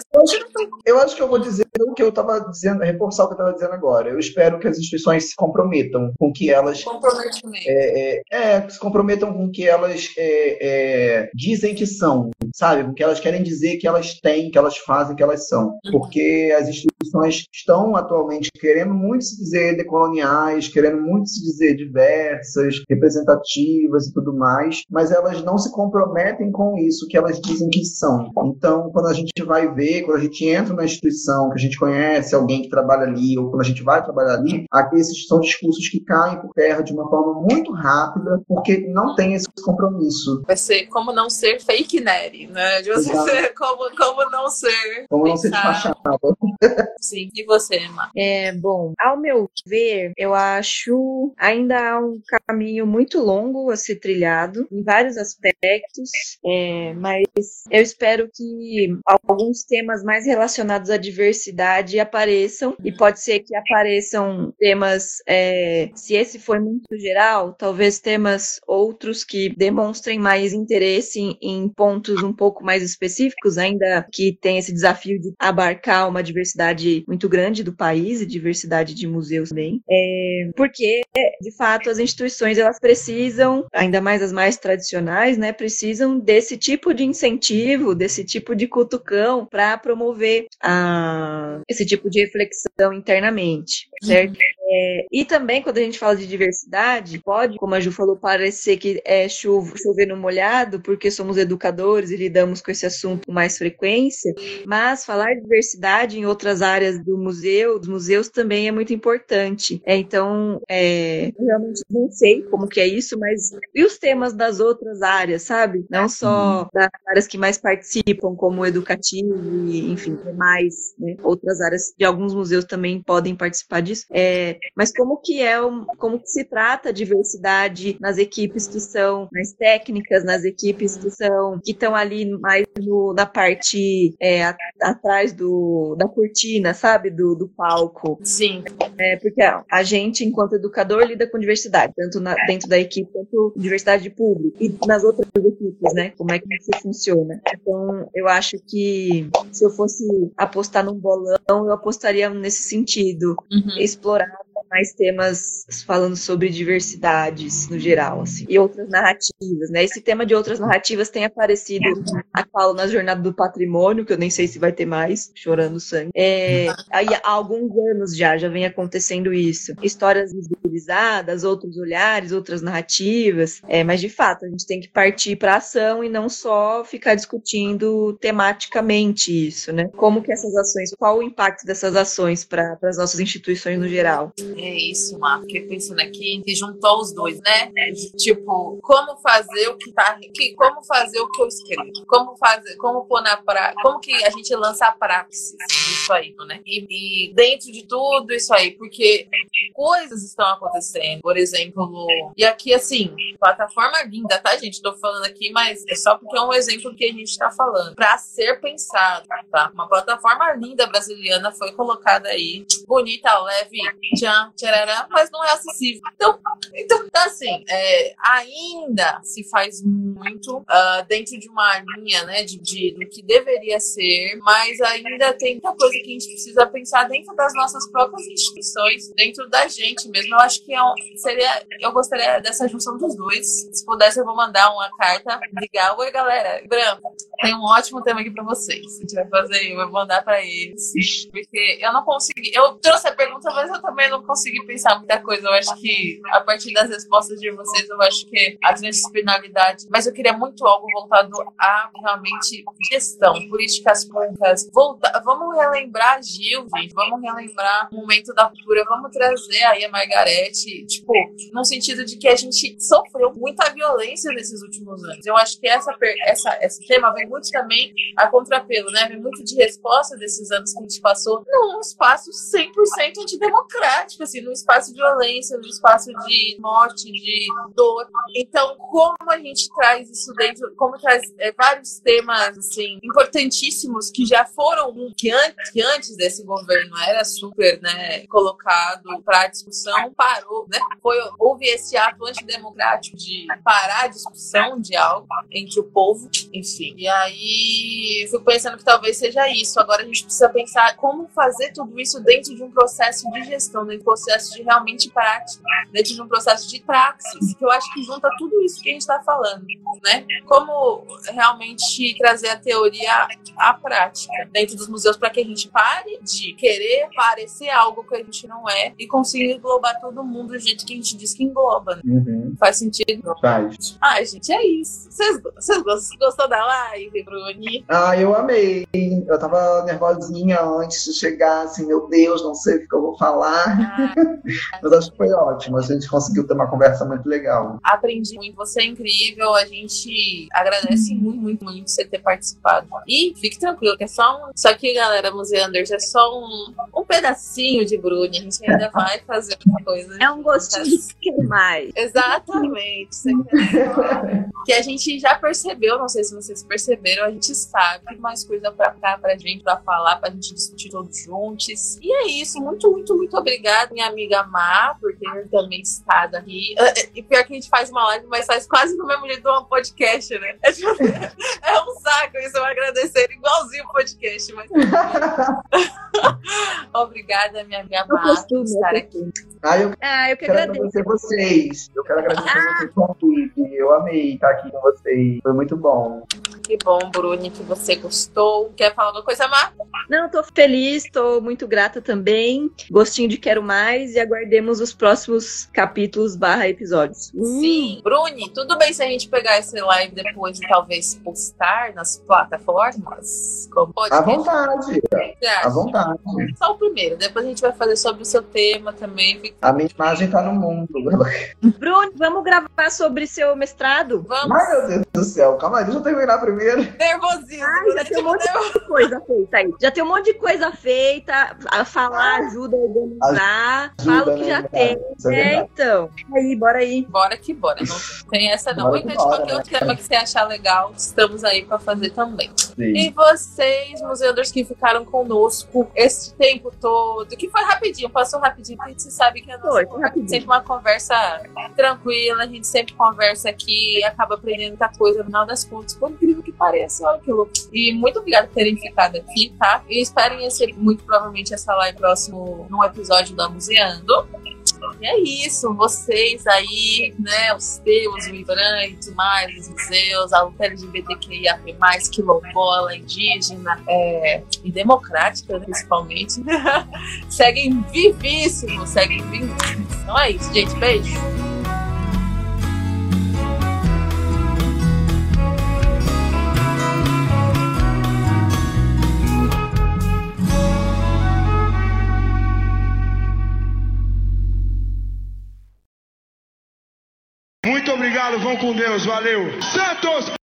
Eu acho que eu vou dizer o que eu estava dizendo, reforçar o que eu estava dizendo agora. Eu espero que as instituições se comprometam com que elas... Comprometimento. É, é, é, se comprometam com que elas é, é, dizem que são, sabe? Com que elas querem dizer que elas têm, que elas fazem, que elas são. Porque as instituições estão atualmente querendo muito se dizer decoloniais, querendo muito se dizer diversas, representativas e tudo mais, mas elas não se comprometem com isso que elas dizem que são. Então, quando a gente vai ver, quando a gente entra na instituição, que a gente conhece alguém que trabalha ali, ou quando a gente vai trabalhar ali, esses são discursos que caem por terra de uma forma muito rápida, porque não tem esse compromisso. Vai ser como não ser fake nerd, né? De você ser, como, como não ser. Como não ser despachado. Sim, e você, Emma? É, bom, ao meu ver, eu acho ainda há um caminho muito longo a ser trilhado, em vários aspectos, é, mas eu espero que alguns temas mais relacionados à diversidade apareçam, e pode ser que apareçam temas, é, se esse for muito geral, talvez temas outros que demonstrem mais interesse em, em pontos um pouco mais específicos, ainda que tem esse desafio de abarcar uma diversidade muito grande do país e diversidade de museus também, é, porque, de fato, as instituições, elas precisam, ainda mais as mais tradicionais, né, precisam desse tipo de incentivo, desse tipo de cutucão para promover a, esse tipo de reflexão internamente, certo? É, e também, quando a gente fala de diversidade, pode, como a Ju falou, parecer que é chuva, chover no molhado, porque somos educadores e lidamos com esse assunto com mais frequência, mas falar de diversidade em outras áreas do museu, dos museus, também é muito importante. É, então, é, eu realmente não sei como que é isso, mas e os temas das outras áreas, sabe? Não só das áreas que mais participam, como o educativo e, enfim, mais, né? Outras áreas de alguns museus também podem participar disso. disso. É, mas como que é, um, como que se trata a diversidade nas equipes que são mais técnicas, nas equipes que são que estão ali mais no, na parte é, a, atrás do, da cortina, sabe? Do, do palco. Sim. É, porque a, a gente, enquanto educador, lida com diversidade, tanto na, dentro da equipe, quanto diversidade de público. E nas outras equipes, né? Como é que isso funciona. Então, eu acho que se eu fosse apostar num bolão, eu apostaria nesse sentido. Uhum. Explorar mais temas falando sobre diversidades no geral, assim, e outras narrativas, né? Esse tema de outras narrativas tem aparecido, a falo na Jornada do Patrimônio, que eu nem sei se vai ter mais, chorando sangue. É, aí, há alguns anos já, já vem acontecendo isso. Histórias visibilizadas, outros olhares, outras narrativas, é, mas de fato, a gente tem que partir para ação e não só ficar discutindo tematicamente isso, né? Como que essas ações, qual o impacto dessas ações para as nossas instituições no geral? É isso, Marco. Fiquei pensando aqui que juntou os dois, né? Tipo, como fazer o que tá. Que, como fazer o que eu escrevo? Como fazer, como pôr na prática. Como que a gente lança a praxis disso aí, né? E, e dentro de tudo isso aí, porque coisas estão acontecendo, por exemplo. E aqui, assim, plataforma linda, tá, gente? Tô falando aqui, mas é só porque é um exemplo que a gente tá falando. Pra ser pensado, tá? Uma plataforma linda brasiliana foi colocada aí. Bonita, leve, tchan, tcharará, mas não é acessível. Então, então assim, é, ainda se faz muito uh, dentro de uma linha, né, de, de, do que deveria ser, mas ainda tem muita coisa que a gente precisa pensar dentro das nossas próprias instituições, dentro da gente mesmo. Eu acho que é um, seria, eu gostaria dessa junção dos dois. Se pudesse, eu vou mandar uma carta, ligar, oi galera, Branco, tem um ótimo tema aqui pra vocês. A gente vai fazer, eu vou mandar pra eles, porque eu não consegui, eu trouxe a pergunta, mas eu também não consegui pensar muita coisa. Eu acho que a partir das respostas de vocês, eu acho que a transdisciplinaridade, mas eu queria muito algo voltado a realmente gestão, políticas públicas. Volta, vamos relembrar a Gil, gente, vamos relembrar o momento da cultura, vamos trazer aí a Margarete, tipo, no sentido de que a gente sofreu muita violência nesses últimos anos. Eu acho que essa, essa, esse tema vem muito também a contrapelo, né? Vem muito de resposta desses anos que a gente passou num espaço cem por cento antidemocrático, assim, num espaço de violência, num espaço de morte, de dor. Então, como a gente traz isso dentro, como traz é, vários temas, assim, importantíssimos que já foram, que antes, que antes desse governo era super, né, colocado para discussão, parou, né? Foi, houve esse ato antidemocrático de parar a discussão de algo entre o povo, enfim. E aí, fico pensando que talvez seja isso. Agora a gente precisa pensar como fazer tudo isso dentro de um processo de gestão, dentro de um processo de realmente prática, dentro de um processo de praxis, que eu acho que junta tudo isso que a gente está falando, né? Como realmente trazer a teoria à prática dentro dos museus para que a gente pare de querer parecer algo que a gente não é e consiga englobar todo mundo do jeito que a gente diz que engloba, né? Uhum. Faz sentido? Faz. Ah, gente, é isso. Vocês, vocês gostou da live, Bruni? Ah, eu amei. Eu tava nervosinha antes de chegar, assim, meu Deus, não sei o que eu vou falar. Ah, mas acho que foi ótimo. A gente conseguiu ter uma conversa muito legal. Aprendi muito. Você é incrível. A gente agradece hum. muito, muito, muito você ter participado. E fique tranquilo, que é só um... Só que, galera, Museanders, é só um, um pedacinho de Bruni. A gente ainda vai fazer outra coisa. É um gostinho de que mais. Exatamente. Que a gente já percebeu, não sei se vocês perceberam, a gente sabe que mais coisa pra cá, pra gente, pra falar, pra gente discutir todos juntos. E é isso. Muito, muito, muito obrigada, minha amiga Má, por ter também estado aqui. E pior que a gente faz uma live, mas faz quase no mesmo jeito de um podcast, né? É, tipo, é um saco isso, eu agradecer igualzinho o podcast. Mas... Obrigada, minha amiga Má, por estar aqui. Ah, eu, ah, eu que quero agradeço. agradecer vocês. Eu quero agradecer ah. vocês por tudo. Eu amei estar aqui com vocês. Foi muito bom. Que bom, Bruni, que você gostou. Quer falar alguma coisa, Má? Não, tô feliz, tô muito grata também. Gostinho de quero mais e aguardemos os próximos capítulos barra episódios. Sim. Hum. Bruni, tudo bem se a gente pegar esse live depois e talvez postar nas plataformas? Como pode? À vontade. À vontade. Só o primeiro, depois a gente vai fazer sobre o seu tema também. Fica... A minha imagem tá no mundo. Bruni, vamos gravar sobre seu mestrado? Vamos. Ai, meu Deus do céu. Calma aí, deixa eu terminar primeiro. primeiro. Nervosismo. Ai, já tem um monte de coisa feita aí. Já tem um monte de coisa feita. A falar ajuda a organizar. Ajuda, Falo que né, já cara? tem. Isso é É, verdade. então. Aí, bora aí. Bora que bora. Não tem essa não. Bora Ou que então de bora, qualquer né, outro tema cara? que você achar legal, estamos aí pra fazer também. Sim. E vocês, museanders que ficaram conosco esse tempo todo, que foi rapidinho, passou rapidinho, porque a gente sabe que a nossa Foi, foi conversa é rapidinho. sempre uma conversa tranquila, a gente sempre conversa aqui, acaba aprendendo muita coisa no final das contas, por incrível que pareça, olha que louco. E muito obrigada por terem ficado aqui, tá? E esperem receber muito provavelmente essa live próximo num episódio da Museando. E é isso, vocês aí, né, os teus, o Ibran e tudo mais, os museus, a luta L G B T Q I A P mais, quilombola, indígena é, e democrática, principalmente, seguem vivíssimos, seguem vivíssimos. Então é isso, gente, beijo. Muito obrigado, vão com Deus, valeu. Santos!